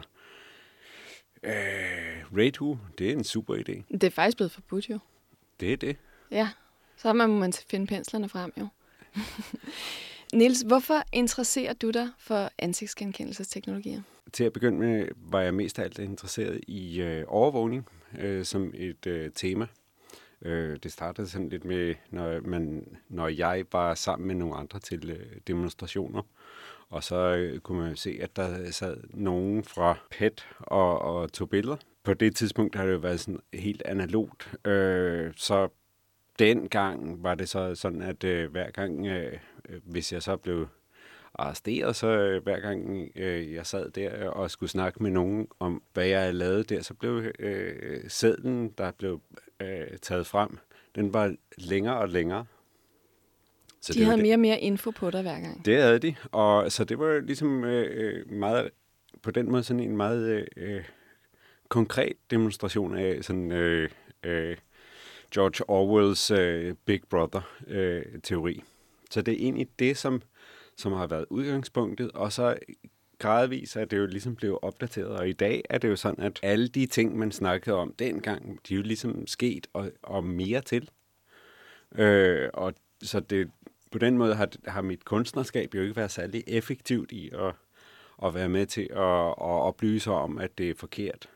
Raid-hue, det er en super idé. Det er faktisk blevet forbudt jo. Det er det. Ja, så må man finde penslerne frem jo. Niels, hvorfor interesserer du dig for ansigtsgenkendelsesteknologier? Til at begynde med var jeg mest af alt interesseret i overvågning som et tema. Det startede sådan lidt med, når jeg var sammen med nogle andre til demonstrationer, og så kunne man se, at der sad nogen fra PET og tog billeder. På det tidspunkt har det jo været sådan helt analogt, så dengang var det så sådan, at hver gang, hvis jeg så blev arresteret, så hver gang jeg sad der og skulle snakke med nogen om, hvad jeg lavede der, så blev sedlen, der blev taget frem, den var længere og længere. Så de havde mere og mere info på dig hver gang. Det havde de, og så det var ligesom meget, på den måde sådan en meget konkret demonstration af sådan George Orwells Big Brother-teori. Så det er egentlig det, som har været udgangspunktet, og så gradvis er det jo ligesom blevet opdateret, og i dag er det jo sådan, at alle de ting, man snakkede om dengang, de er jo ligesom sket og mere til. Og så det, på den måde har mit kunstnerskab jo ikke været særlig effektivt i at være med til at oplyse om, at det er forkert.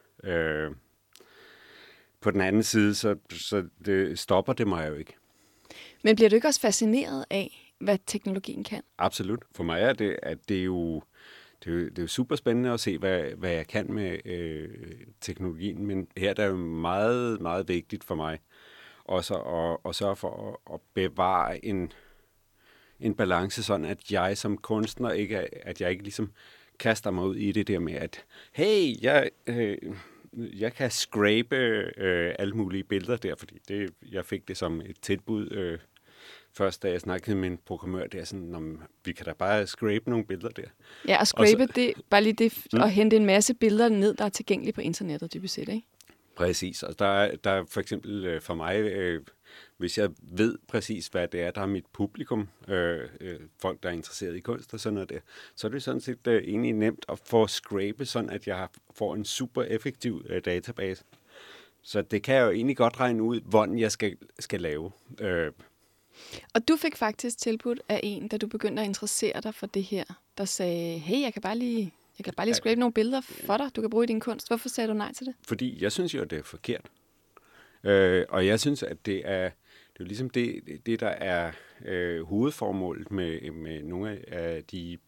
På den anden side, så det stopper det mig jo ikke. Men bliver du ikke også fascineret af, hvad teknologien kan? Absolut. For mig er det, at det er jo super spændende at se, hvad jeg kan med teknologien, men her er det jo meget, meget vigtigt for mig også at sørge for at bevare en balance, sådan at jeg som kunstner at jeg ikke ligesom kaster mig ud i det der med, at hey, jeg kan scrape alle mulige billeder der, fordi jeg fik det som et tilbud først, da jeg snakkede med en programmør, der sådan, vi kan da bare scrape nogle billeder der. Ja, og scrape det, bare lige det, og hente en masse billeder ned, der er tilgængelige på internettet, dybest set, ikke? Præcis, og der er for eksempel for mig hvis jeg ved præcis, hvad det er, der er mit publikum, folk, der er interesseret i kunst og sådan noget der, så er det sådan set egentlig nemt at få scrapet, sådan at jeg får en super effektiv database. Så det kan jeg jo egentlig godt regne ud, hvordan jeg skal lave. Og du fik faktisk tilbudt af en, da du begyndte at interessere dig for det her, der sagde, hey, jeg kan bare lige scrape nogle billeder for dig, du kan bruge i din kunst. Hvorfor sagde du nej til det? Fordi jeg synes jo, at det er forkert. Og jeg synes, at det er jo ligesom det der er hovedformålet med nogle af de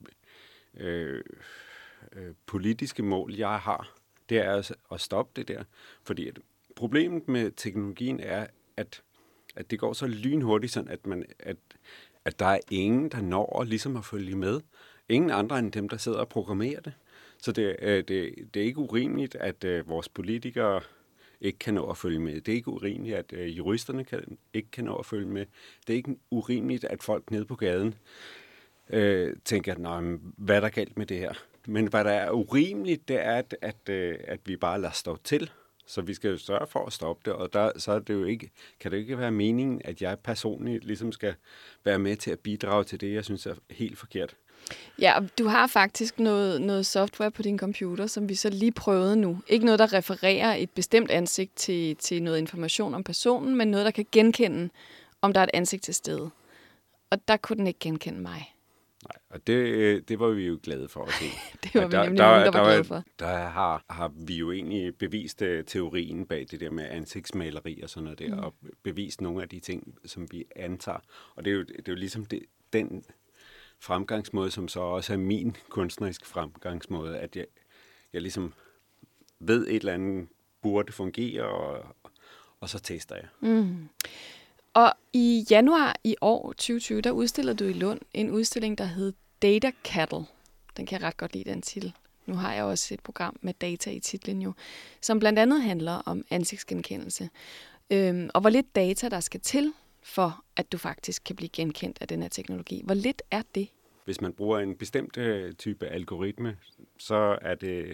politiske mål, jeg har. Det er at stoppe det der. Fordi at problemet med teknologien er, at det går så lynhurtigt, sådan at der er ingen, der når ligesom at følge med. Ingen andre end dem, der sidder og programmerer det. Så det er ikke urimeligt, at vores politikere ikke kan nå at følge med. Det er ikke urimeligt, at juristerne ikke kan nå at følge med. Det er ikke urimeligt, at folk nede på gaden tænker, nej, hvad er der galt med det her? Men hvad der er urimeligt, det er, at vi bare lader stå til. Så vi skal jo sørge for at stoppe det, og så er det jo ikke, kan det ikke være meningen, at jeg personligt ligesom skal være med til at bidrage til det, jeg synes er helt forkert. Ja, og du har faktisk noget software på din computer, som vi så lige prøvede nu. Ikke noget, der refererer et bestemt ansigt til noget information om personen, men noget, der kan genkende, om der er et ansigt til stede. Og der kunne den ikke genkende mig. Nej, og det var vi jo glade for at se. Det var vi nemlig nogen, der var glade for. Der har vi jo egentlig bevist teorien bag det der med ansigtsmaleri og sådan noget der, og bevist nogle af de ting, som vi antager. Og det er jo ligesom den fremgangsmåde, som så også er min kunstneriske fremgangsmåde, at jeg ligesom ved et eller andet burde fungere, og så tester jeg. Mm. Og i januar i år, 2020, der udstillede du i Lund en udstilling, der hed Data Cattle. Den kan jeg ret godt lide, den titel. Nu har jeg også et program med data i titlen jo, som blandt andet handler om ansigtsgenkendelse. Og hvor lidt data, der skal til, for at du faktisk kan blive genkendt af den her teknologi. Hvor lidt er det? Hvis man bruger en bestemt type algoritme, så er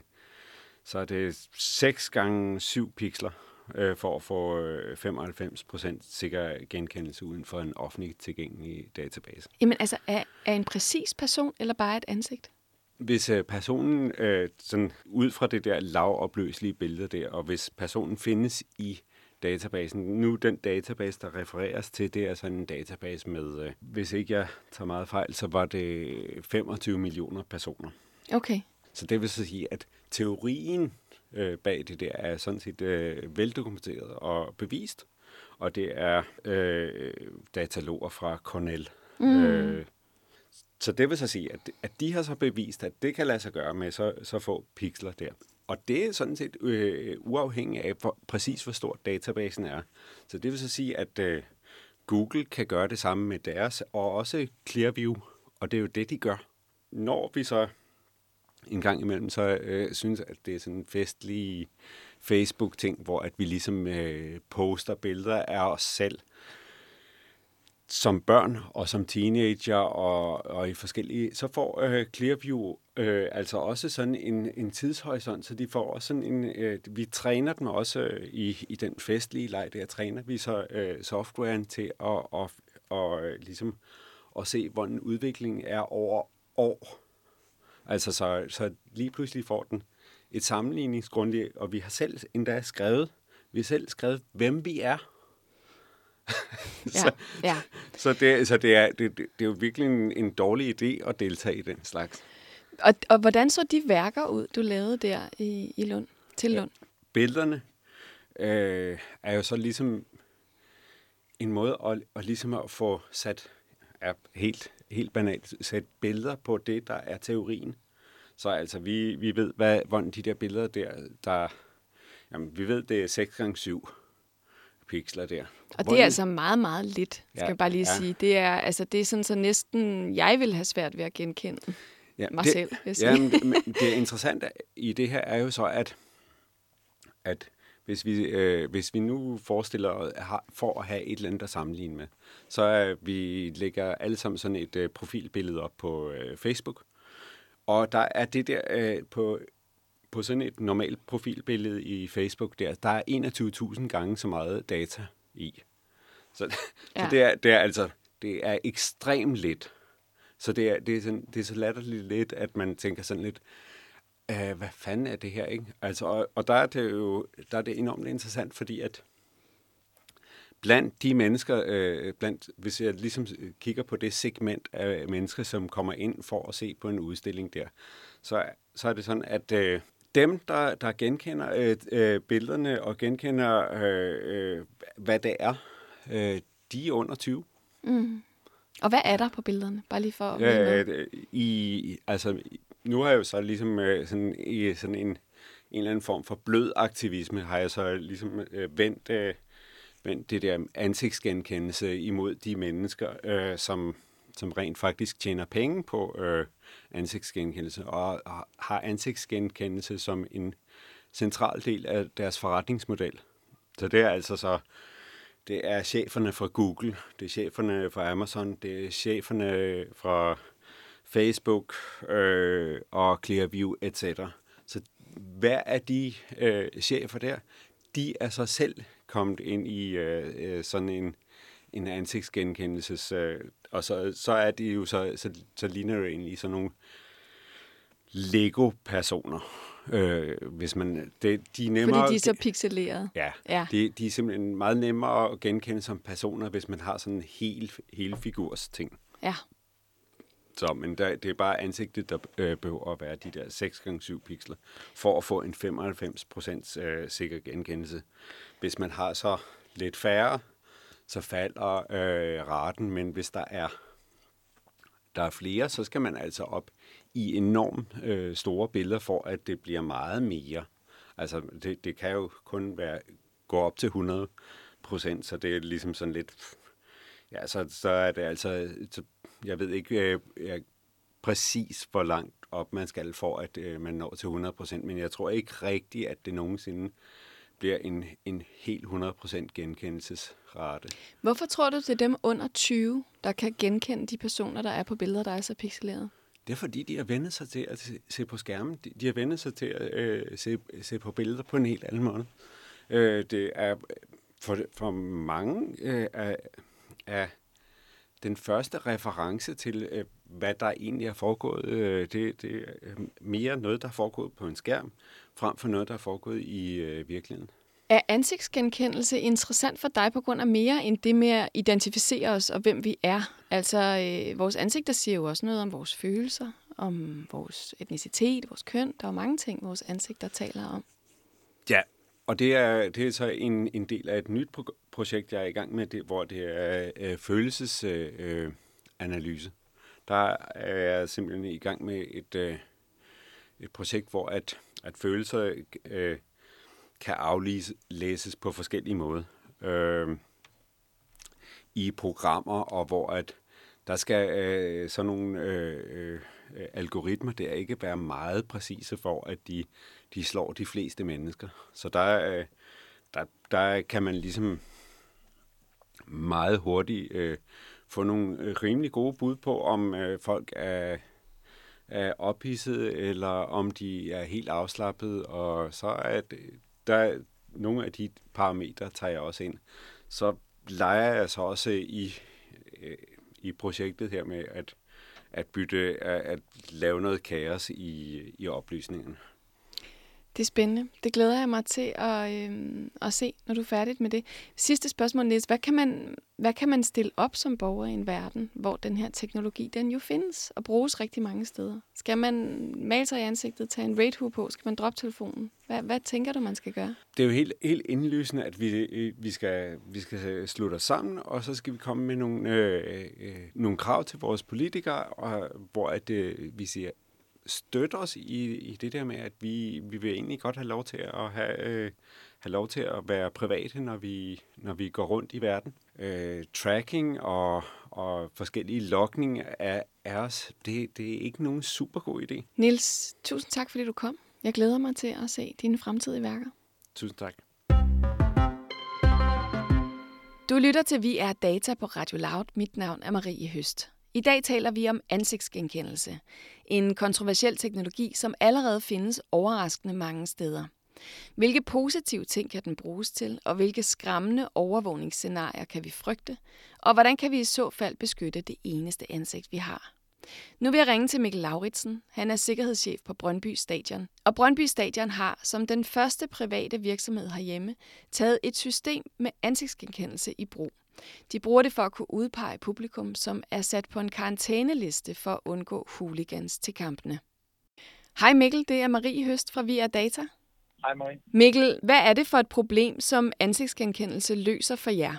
det 6 gange 7 pixler for at få 95% sikker genkendelse uden for en offentlig tilgængelig database. Jamen altså, er en præcis person eller bare et ansigt? Hvis personen, sådan ud fra det der lavopløselige billede der, og hvis personen findes i databasen, nu den database, der refereres til, det er sådan en database med, hvis ikke jeg tager meget fejl, så var det 25 millioner personer. Okay. Så det vil så sige, at teorien bag det der er sådan set veldokumenteret og bevist, og det er dataloger fra Cornell. Så det vil så sige, at de har så bevist, at det kan lade sig gøre med så få pixler der. Og det er sådan set uafhængigt af præcis, hvor stor databasen er. Så det vil så sige, at Google kan gøre det samme med deres, og også Clearview, og det er jo det, de gør. Når vi så en gang imellem, så synes at det er sådan en festlig Facebook-ting, hvor at vi ligesom poster billeder af os selv som børn og som teenager og i forskellige, så får Clearview altså også sådan en tidshorisont, så de får også sådan vi træner dem også i den festlige leg, der træner vi så softwaren til at ligesom at se, hvordan udviklingen er over år. Altså så lige pludselig får den et sammenligningsgrundlag, og vi har selv endda skrevet, hvem vi er. Så det er jo virkelig en dårlig idé at deltage i den slags. Og hvordan så de værker ud, du lavede der i Lund, til Lund? Billederne er jo så ligesom en måde at ligesom at få sat helt banalt sat billeder på det, der er teorien. Så altså, vi ved, hvordan de der billeder der jamen, vi ved, det er 6 gange 7 pixler der. Og det er altså meget, meget lidt, skal jeg bare lige sige. Det er sådan, så næsten jeg vil have svært ved at genkende mig selv. Det interessante i det her er jo så, at hvis vi nu forestiller os for at have et eller andet at sammenligne med, så vi lægger alle sammen sådan et profilbillede op på Facebook. Og der er det der på sådan et normalt profilbillede i Facebook, der er 21.000 gange så meget data i. Så det er altså det er ekstremt let. Så det er så latterligt let, at man tænker sådan lidt, hvad fanden er det her, ikke? Altså, og der er det enormt interessant, fordi at blandt de mennesker, hvis jeg ligesom kigger på det segment af mennesker, som kommer ind for at se på en udstilling der, så er det sådan, at dem, der genkender billederne og genkender, hvad det er, de er under 20. Mm. Og hvad er der på billederne? Bare lige for at altså, nu har jeg jo så ligesom i sådan en eller anden form for blød aktivisme, har jeg så ligesom vendt det der ansigtsgenkendelse imod de mennesker, som rent faktisk tjener penge på ansigtsgenkendelse, og har ansigtsgenkendelse som en central del af deres forretningsmodel. Så det er altså det er cheferne fra Google, det er cheferne fra Amazon, det er cheferne fra Facebook og Clearview, etc. Så hver af de chefer der, de er så selv kommet ind i sådan en ansigtsgenkendelses... og så er det jo så ligner det egentlig sådan nogle Lego-personer. Hvis man, de er nemmere... Fordi de er så pixelerede. Ja. De er simpelthen meget nemmere at genkende som personer, hvis man har sådan en hele figurs ting. Ja. Så, men det er bare ansigtet, der behøver at være de der 6x7 pixler, for at få en 95% sikker genkendelse. Hvis man har så lidt færre, så falder raten, men hvis der er flere, så skal man altså op i enormt store billeder, for at det bliver meget mere. Altså, det kan jo kun gå op til 100%, så det er ligesom sådan lidt... Ja, så er det altså... Jeg ved ikke præcis, hvor langt op man skal, for at man når til 100%, men jeg tror ikke rigtigt, at det nogensinde bliver en helt 100% genkendelsesrate. Hvorfor tror du, det er dem under 20, der kan genkende de personer, der er på billeder, der er så pixelerede? Det er fordi, de har vendt sig til at se på skærmen. De har vendt sig til at se på billeder på en helt anden måde. Det er for mange af den første reference til, hvad der egentlig er foregået. Det er mere noget, der er foregået på en skærm, frem for noget, der er foregået i virkeligheden. Er ansigtsgenkendelse interessant for dig på grund af mere end det med at identificere os og hvem vi er? Altså, vores ansigter siger jo også noget om vores følelser, om vores etnicitet, vores køn. Der er jo mange ting, vores ansigter taler om. Ja, og det er så en del af et nyt projekt, jeg er i gang med, hvor det er følelsesanalyse. Der er jeg simpelthen i gang med et projekt, hvor at følelser kan aflæses på forskellige måder i programmer, og hvor at der skal sådan nogle algoritmer der ikke være meget præcise for, at de slår de fleste mennesker. Så der kan man ligesom meget hurtigt få nogle rimelig gode bud på, om folk er ophidset, eller om de er helt afslappet, og så er der nogle af de parametre, tager jeg også ind. Så leger jeg så også i projektet her med at lave noget kaos i oplysningen. Det er spændende. Det glæder jeg mig til at se, når du er færdig med det. Sidste spørgsmål, Niels. Hvad kan man stille op som borger i en verden, hvor den her teknologi, den jo findes og bruges rigtig mange steder? Skal man male sig i ansigtet, tage en raid-hue på? Skal man droppe telefonen? Hvad tænker du, man skal gøre? Det er jo helt indlysende, at vi skal slutte os sammen, og så skal vi komme med nogle krav til vores politikere, hvor vi siger, støtte os i det der med, at vi vil egentlig godt have lov til at have lov til at være private, når vi går rundt i verden. Tracking og forskellige logning af os, det er ikke nogen super god idé. Niels, tusind tak, fordi du kom. Jeg glæder mig til at se dine fremtidige værker. Tusind tak. Du lytter til Vi er Data på Radio Loud. Mit navn er Marie Høst. I dag taler vi om ansigtsgenkendelse. En kontroversiel teknologi, som allerede findes overraskende mange steder. Hvilke positive ting kan den bruges til, og hvilke skræmmende overvågningsscenarier kan vi frygte, og hvordan kan vi i så fald beskytte det eneste ansigt, vi har? Nu vil jeg ringe til Mikkel Lauritsen. Han er sikkerhedschef på Brøndby Stadion. Og Brøndby Stadion har, som den første private virksomhed herhjemme, taget et system med ansigtsgenkendelse i brug. De bruger det for at kunne udpege publikum, som er sat på en karantæneliste for at undgå hooligans til kampene. Hej Mikkel, det er Marie Høst fra Via Data. Hej Marie. Mikkel, hvad er det for et problem, som ansigtsgenkendelse løser for jer?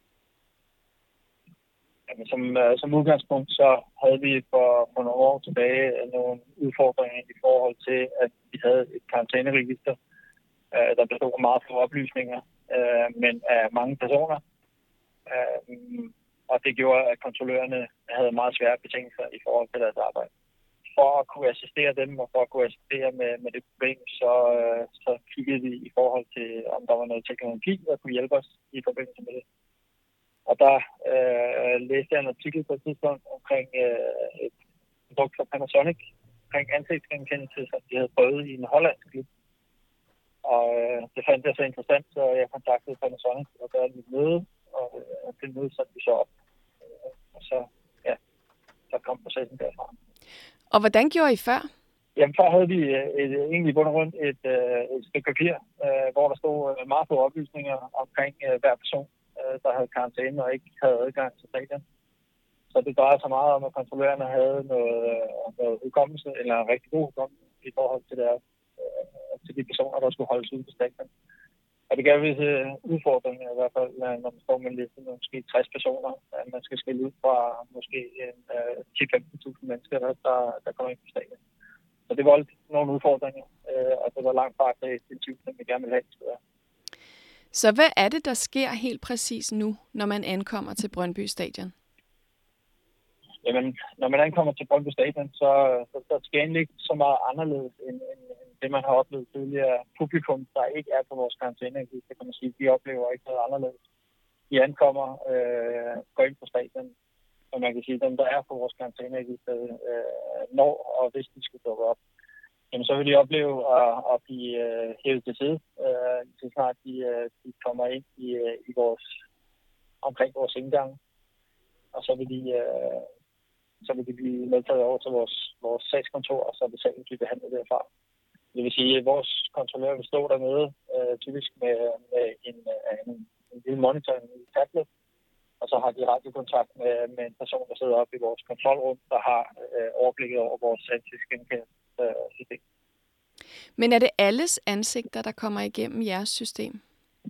Jamen, som udgangspunkt så havde vi for nogle år tilbage nogle udfordringer i forhold til, at vi havde et karantæneregister, der bestod af meget få oplysninger, men af mange personer. Og det gjorde, at kontrollørerne havde meget svære betingelser i forhold til deres arbejde. For at kunne assistere dem, og for at kunne assistere med det problem, så kiggede vi i forhold til, om der var noget teknologi, der kunne hjælpe os i forbindelse med det. Og der læste jeg en artikel på et tidspunkt omkring et produkt fra Panasonic, omkring ansigtsgenkendelse, som de havde prøvet i en hollandsk klub. Og det fandt jeg så interessant, så jeg kontaktede Panasonic og gør et møde, og det møde satte vi så op. Og så kom processen derfra. Og hvordan gjorde I før? Jamen, før havde vi egentlig bundet rundt et stykke papir, hvor der stod meget få oplysninger omkring hver person, der havde karantæne og ikke havde adgang til stadion. Så det drejede sig meget om, at kontrollørerne havde noget hukommelse, eller en rigtig god hukommelse i forhold til de personer, der skulle holdes ude på stadion. Og det gav visse udfordringer i hvert fald, når man står med en liste med måske 60 personer, at man skal skille ud fra måske 10-15.000 mennesker, der kommer ind på stadion. Så det var nogle udfordringer, og det var langt fra det type, som vi gerne ville have. Så hvad er det, der sker helt præcis nu, når man ankommer til Brøndby Stadion? Jamen, når man ankommer til Brøndby Stadion, så sker egentlig ikke så meget anderledes end det, man har oplevet tidligere. Publikum, der ikke er på vores karantæneregister, kan man sige, de oplever ikke noget anderledes. De ankommer, går ind på stadion, og man kan sige, at dem, der er på vores karantæneregister, når og hvis de skal dukke op, jamen, så vil de opleve at blive hævet til side, så snart de kommer ind i omkring vores indgang, og så vil de blive medtaget over til vores sagskontor, og så vil sagen blive behandlet derfra. Det vil sige, at vores kontrollør vil stå dernede, typisk med en lille monitor, en tablet, og så har de radiokontakt med en person, der sidder oppe i vores kontrolrum, der har overblikket over vores ansigtsgenkendelsessystem. Men er det alles ansigter, der kommer igennem jeres system?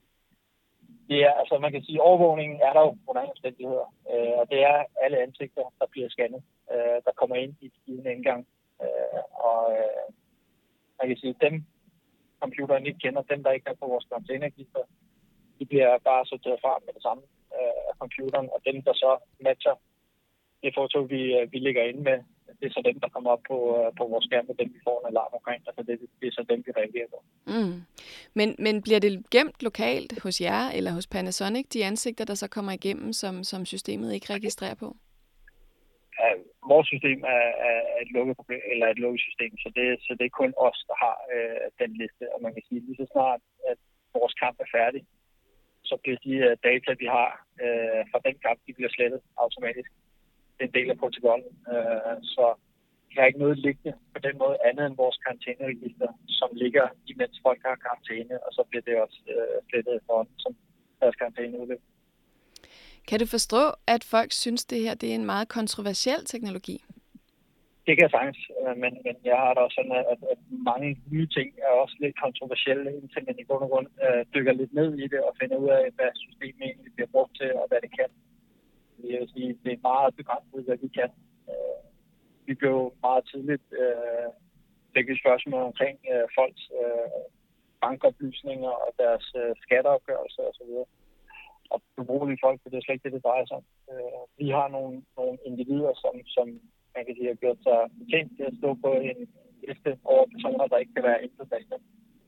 Ja, altså man kan sige, at overvågningen er der jo under omstændigheder, og det er alle ansigter, der bliver scannet, der kommer ind i en indgang. Og man kan sige, at dem, computeren ikke kender, dem, der ikke er på vores karantæneregister, de bliver bare sorteret fra med det samme af computeren, og dem, der så matcher det foto, vi ligger inde med, det er så dem, der kommer op på vores skærm, og dem, vi får en alarm omkring. Altså det er så dem, vi reagerer på. Mm. Men bliver det gemt lokalt hos jer eller hos Panasonic, de ansigter, der så kommer igennem, som systemet ikke registrerer på? Ja, vores system er et lukket problem, eller et lukket system, så det er kun os, der har den liste. Og man kan sige, lige så snart, at vores kamp er færdig, så bliver de data, vi har fra den kamp, de bliver slettet automatisk. Det er en del af protokollen. Så vi har ikke noget liggende på den måde andet end vores karantæneregister, som ligger imens folk har karantæne, og så bliver det også slettet for som deres karantæne udløb. Kan du forstå, at folk synes, det her det er en meget kontroversiel teknologi? Det kan jeg sagtens, men jeg har da også sådan, at mange nye ting er også lidt kontroversielle, indtil man i bund og grund dykker lidt ned i det og finder ud af, hvad systemet egentlig bliver brugt til og hvad det kan. Jeg vil sige, det er meget begrænset, hvad vi kan. Vi blev meget tidligt fik et spørgsmål omkring folks bankoplysninger og deres skatteopgørelser osv. Og berolige folk, for det er slet ikke det drejer sig om. Vi har nogle individer, som man kan sige har gjort sig fortjent til at stå på en liste over personer, der ikke kan være inde på stadion.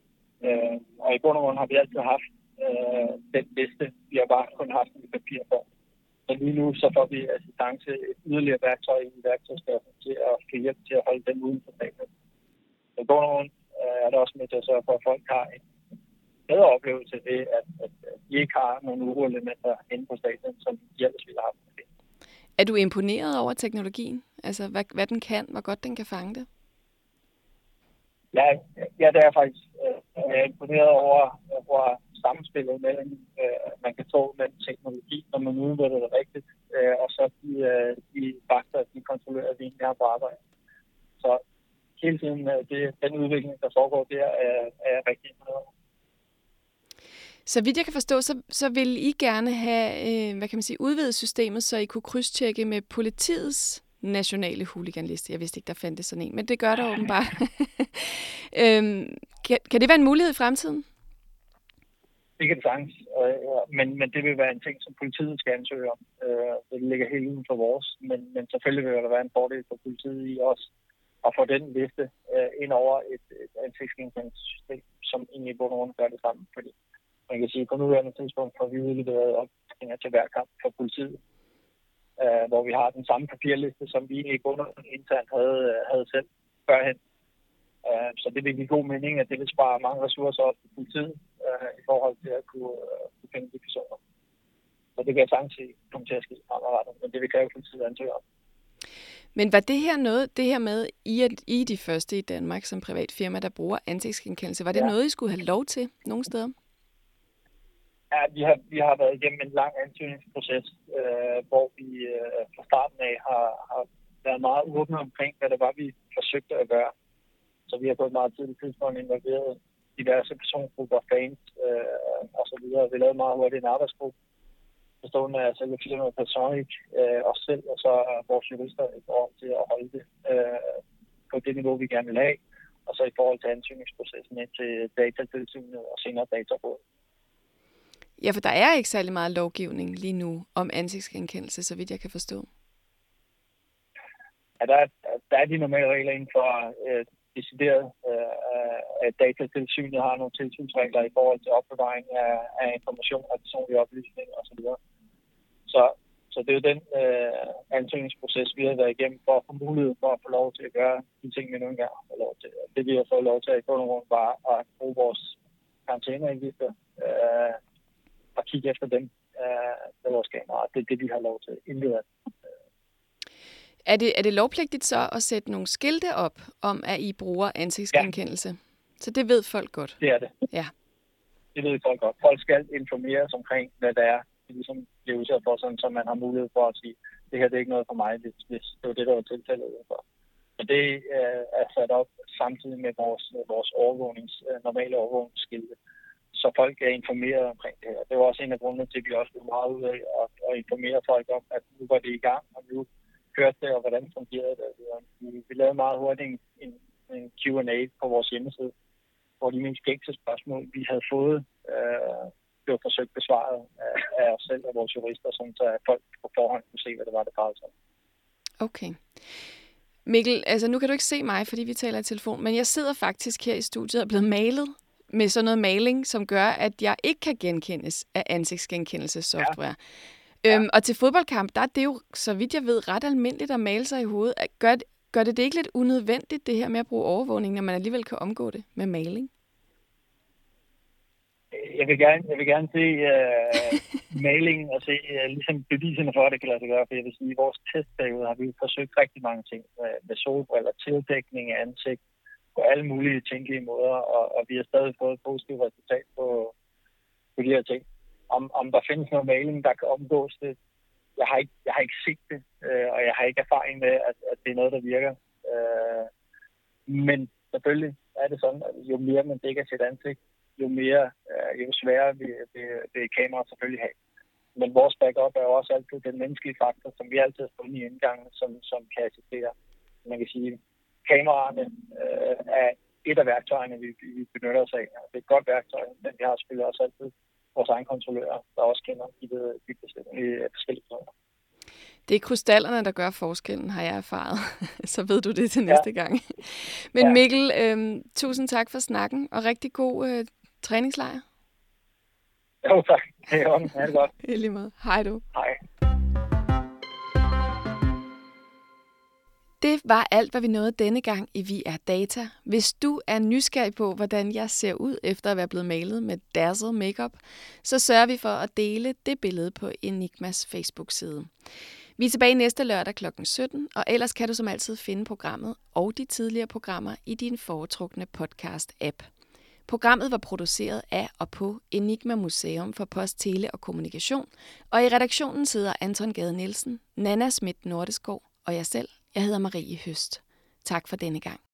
Og i bund og grund har vi altid haft den liste. Vi har bare kun haft den i papirform. Så lige nu så får vi assistance et yderligere værktøj i værktøjskassen til at hjælpe til at holde dem uden for stadion. I bund og grund er det også med til at sørge for, at folk har en bedre oplevelse ved, at de ikke har nogle uroelementer inde på stadion, som de ellers ville have. Er du imponeret over teknologien? Altså, hvad den kan, hvor godt den kan fange det? Ja, det er faktisk. Jeg er imponeret over samspillet mellem, man kan få mellem teknologi, når man udnytter det rigtigt, og så de faktorer, de kontrollerer, vi egentlig har på arbejde. Så hele tiden, den udvikling, der foregår der, er jeg rigtig imponeret over. Så vidt jeg kan forstå, så vil I gerne have, udvidet systemet, så I kunne krydstjekke med politiets nationale hooliganliste. Jeg vidste ikke, der fandtes sådan en, men det gør der åbenbart. Kan det være en mulighed i fremtiden? Det kan det sagtens, men det vil være en ting, som politiet skal ansøge om. Det ligger helt uden for vores, men selvfølgelig vil der være en fordel for politiet i også at få den liste ind over et ansigtsgenkendelsessystem, som egentlig burde rundt gøre det sammen. Fordi man kan sige, at på nuværende tidspunkt får vi udleveret oplysninger til hver kamp for politiet, hvor vi har den samme papirliste, som vi egentlig internt havde selv førhen. Så det vil give god mening, at det vil spare mange ressourcer op til politiet i forhold til at kunne finde de personer. Så det kan jeg sagtens komme til at ske fremadrettet, men det vil kræve politiet ansøge om. Men var det her med, I de første i Danmark som privat firma, der bruger ansigtsgenkendelse, var det noget, I skulle have lov til nogle steder? Ja, vi har været igennem en lang ansøgningsproces, hvor vi fra starten af har været meget åbne omkring, hvad det var, vi forsøgte at gøre. Så vi har på et meget tidligt tidspunkt involveret diverse persongrupper, fans og så videre. Vi lavede meget hurtigt en arbejdsgruppe, bestående af selve firmaet Personic, os selv og så vores jurister i forhold til at holde det på det niveau, vi gerne vil have. Og så i forhold til ansøgningsprocessen ind til Datatilsynet og senere Datarådet. Ja, for der er ikke særlig meget lovgivning lige nu om ansigtsgenkendelse, så vidt jeg kan forstå. Ja, der er de normale regler inden for decideret, at Datatilsynet har nogle tilsynsregler i forhold til opbevaring af information og personlige oplysninger osv. Så det er jo den ansøgningsproces, vi har været igennem for at få mulighed for at få lov til at gøre de ting, vi nu engang har lov til. Det vi har fået lov til at gå nogle var at bruge vores karantæneregister og kigge efter dem med vores kameraer. Det er det, vi har lov til. Intet. Er det lovpligtigt så at sætte nogle skilte op om, at I bruger ansigtsgenkendelse? Ja. Så det ved folk godt? Det er det. Ja. Det ved folk godt. Folk skal informeres omkring, hvad det er, de ligesom bliver udsat for, sådan, så man har mulighed for at sige, det her det er ikke noget for mig, hvis det var det, der var tilfældet udenfor. Men det er sat op samtidig med vores normale overvågningsskilte, så folk er informeret omkring det her. Det var også en af grundene til, at vi også blev meget ud af at informere folk om, at nu var det i gang, og nu hørte det, og hvordan fungerede det. Vi lavede meget hurtigt en Q&A på vores hjemmeside, hvor de mest gængse spørgsmål, vi havde fået, blev forsøgt besvaret af os selv og vores jurister, så folk på forhånd kunne se, hvad det var, der drejede sig om. Okay. Mikkel, altså nu kan du ikke se mig, fordi vi taler i telefon, men jeg sidder faktisk her i studiet og er blevet malet med sådan noget maling, som gør, at jeg ikke kan genkendes af ansigtsgenkendelsessoftware. Ja. Og til fodboldkamp, der er det jo, så vidt jeg ved, ret almindeligt at male sig i hovedet. Gør det ikke lidt unødvendigt, det her med at bruge overvågning, når man alligevel kan omgå det med maling? Jeg vil gerne se malingen og se ligesom beviserne for, at det kan lade sig gøre. For jeg vil sige, i vores testperiode har vi forsøgt rigtig mange ting med solbriller, tildækning af ansigt, på alle mulige tænkelige måder, og vi har stadig fået et positivt resultat på de her ting. Om der findes noget maling, der kan omgås det, jeg har ikke set det, og jeg har ikke erfaring med, at det er noget, der virker. Men selvfølgelig er det sådan, at jo mere man dækker sit ansigt, jo sværere vil kameraet selvfølgelig have. Men vores backup er jo også altid den menneskelige faktor, som vi altid har fundet i indgangen, som kan assistere. Man kan sige, kameraerne er et af værktøjerne, vi benytter os af. Det er et godt værktøj, men vi har selvfølgelig også altid vores egen kontrollører, der også kender de forskellige personer. Det er krystallerne, der gør forskellen, har jeg erfaret. Så ved du det til næste gang. Men Mikkel, tusind tak for snakken, og rigtig god træningslejr. Jo, tak. Det er det godt. I lige måde. Hej du. Hej. Det var alt, hvad vi nåede denne gang i Vi er Data. Hvis du er nysgerrig på, hvordan jeg ser ud efter at være blevet malet med Dazzle Makeup, så sørger vi for at dele det billede på Enigmas Facebook-side. Vi er tilbage næste lørdag kl. 17, og ellers kan du som altid finde programmet og de tidligere programmer i din foretrukne podcast-app. Programmet var produceret af og på Enigma Museum for Post, Tele og Kommunikation, og i redaktionen sidder Anton Gade Nielsen, Nana Schmidt Nordeskov og jeg selv. Jeg hedder Marie Høst. Tak for denne gang.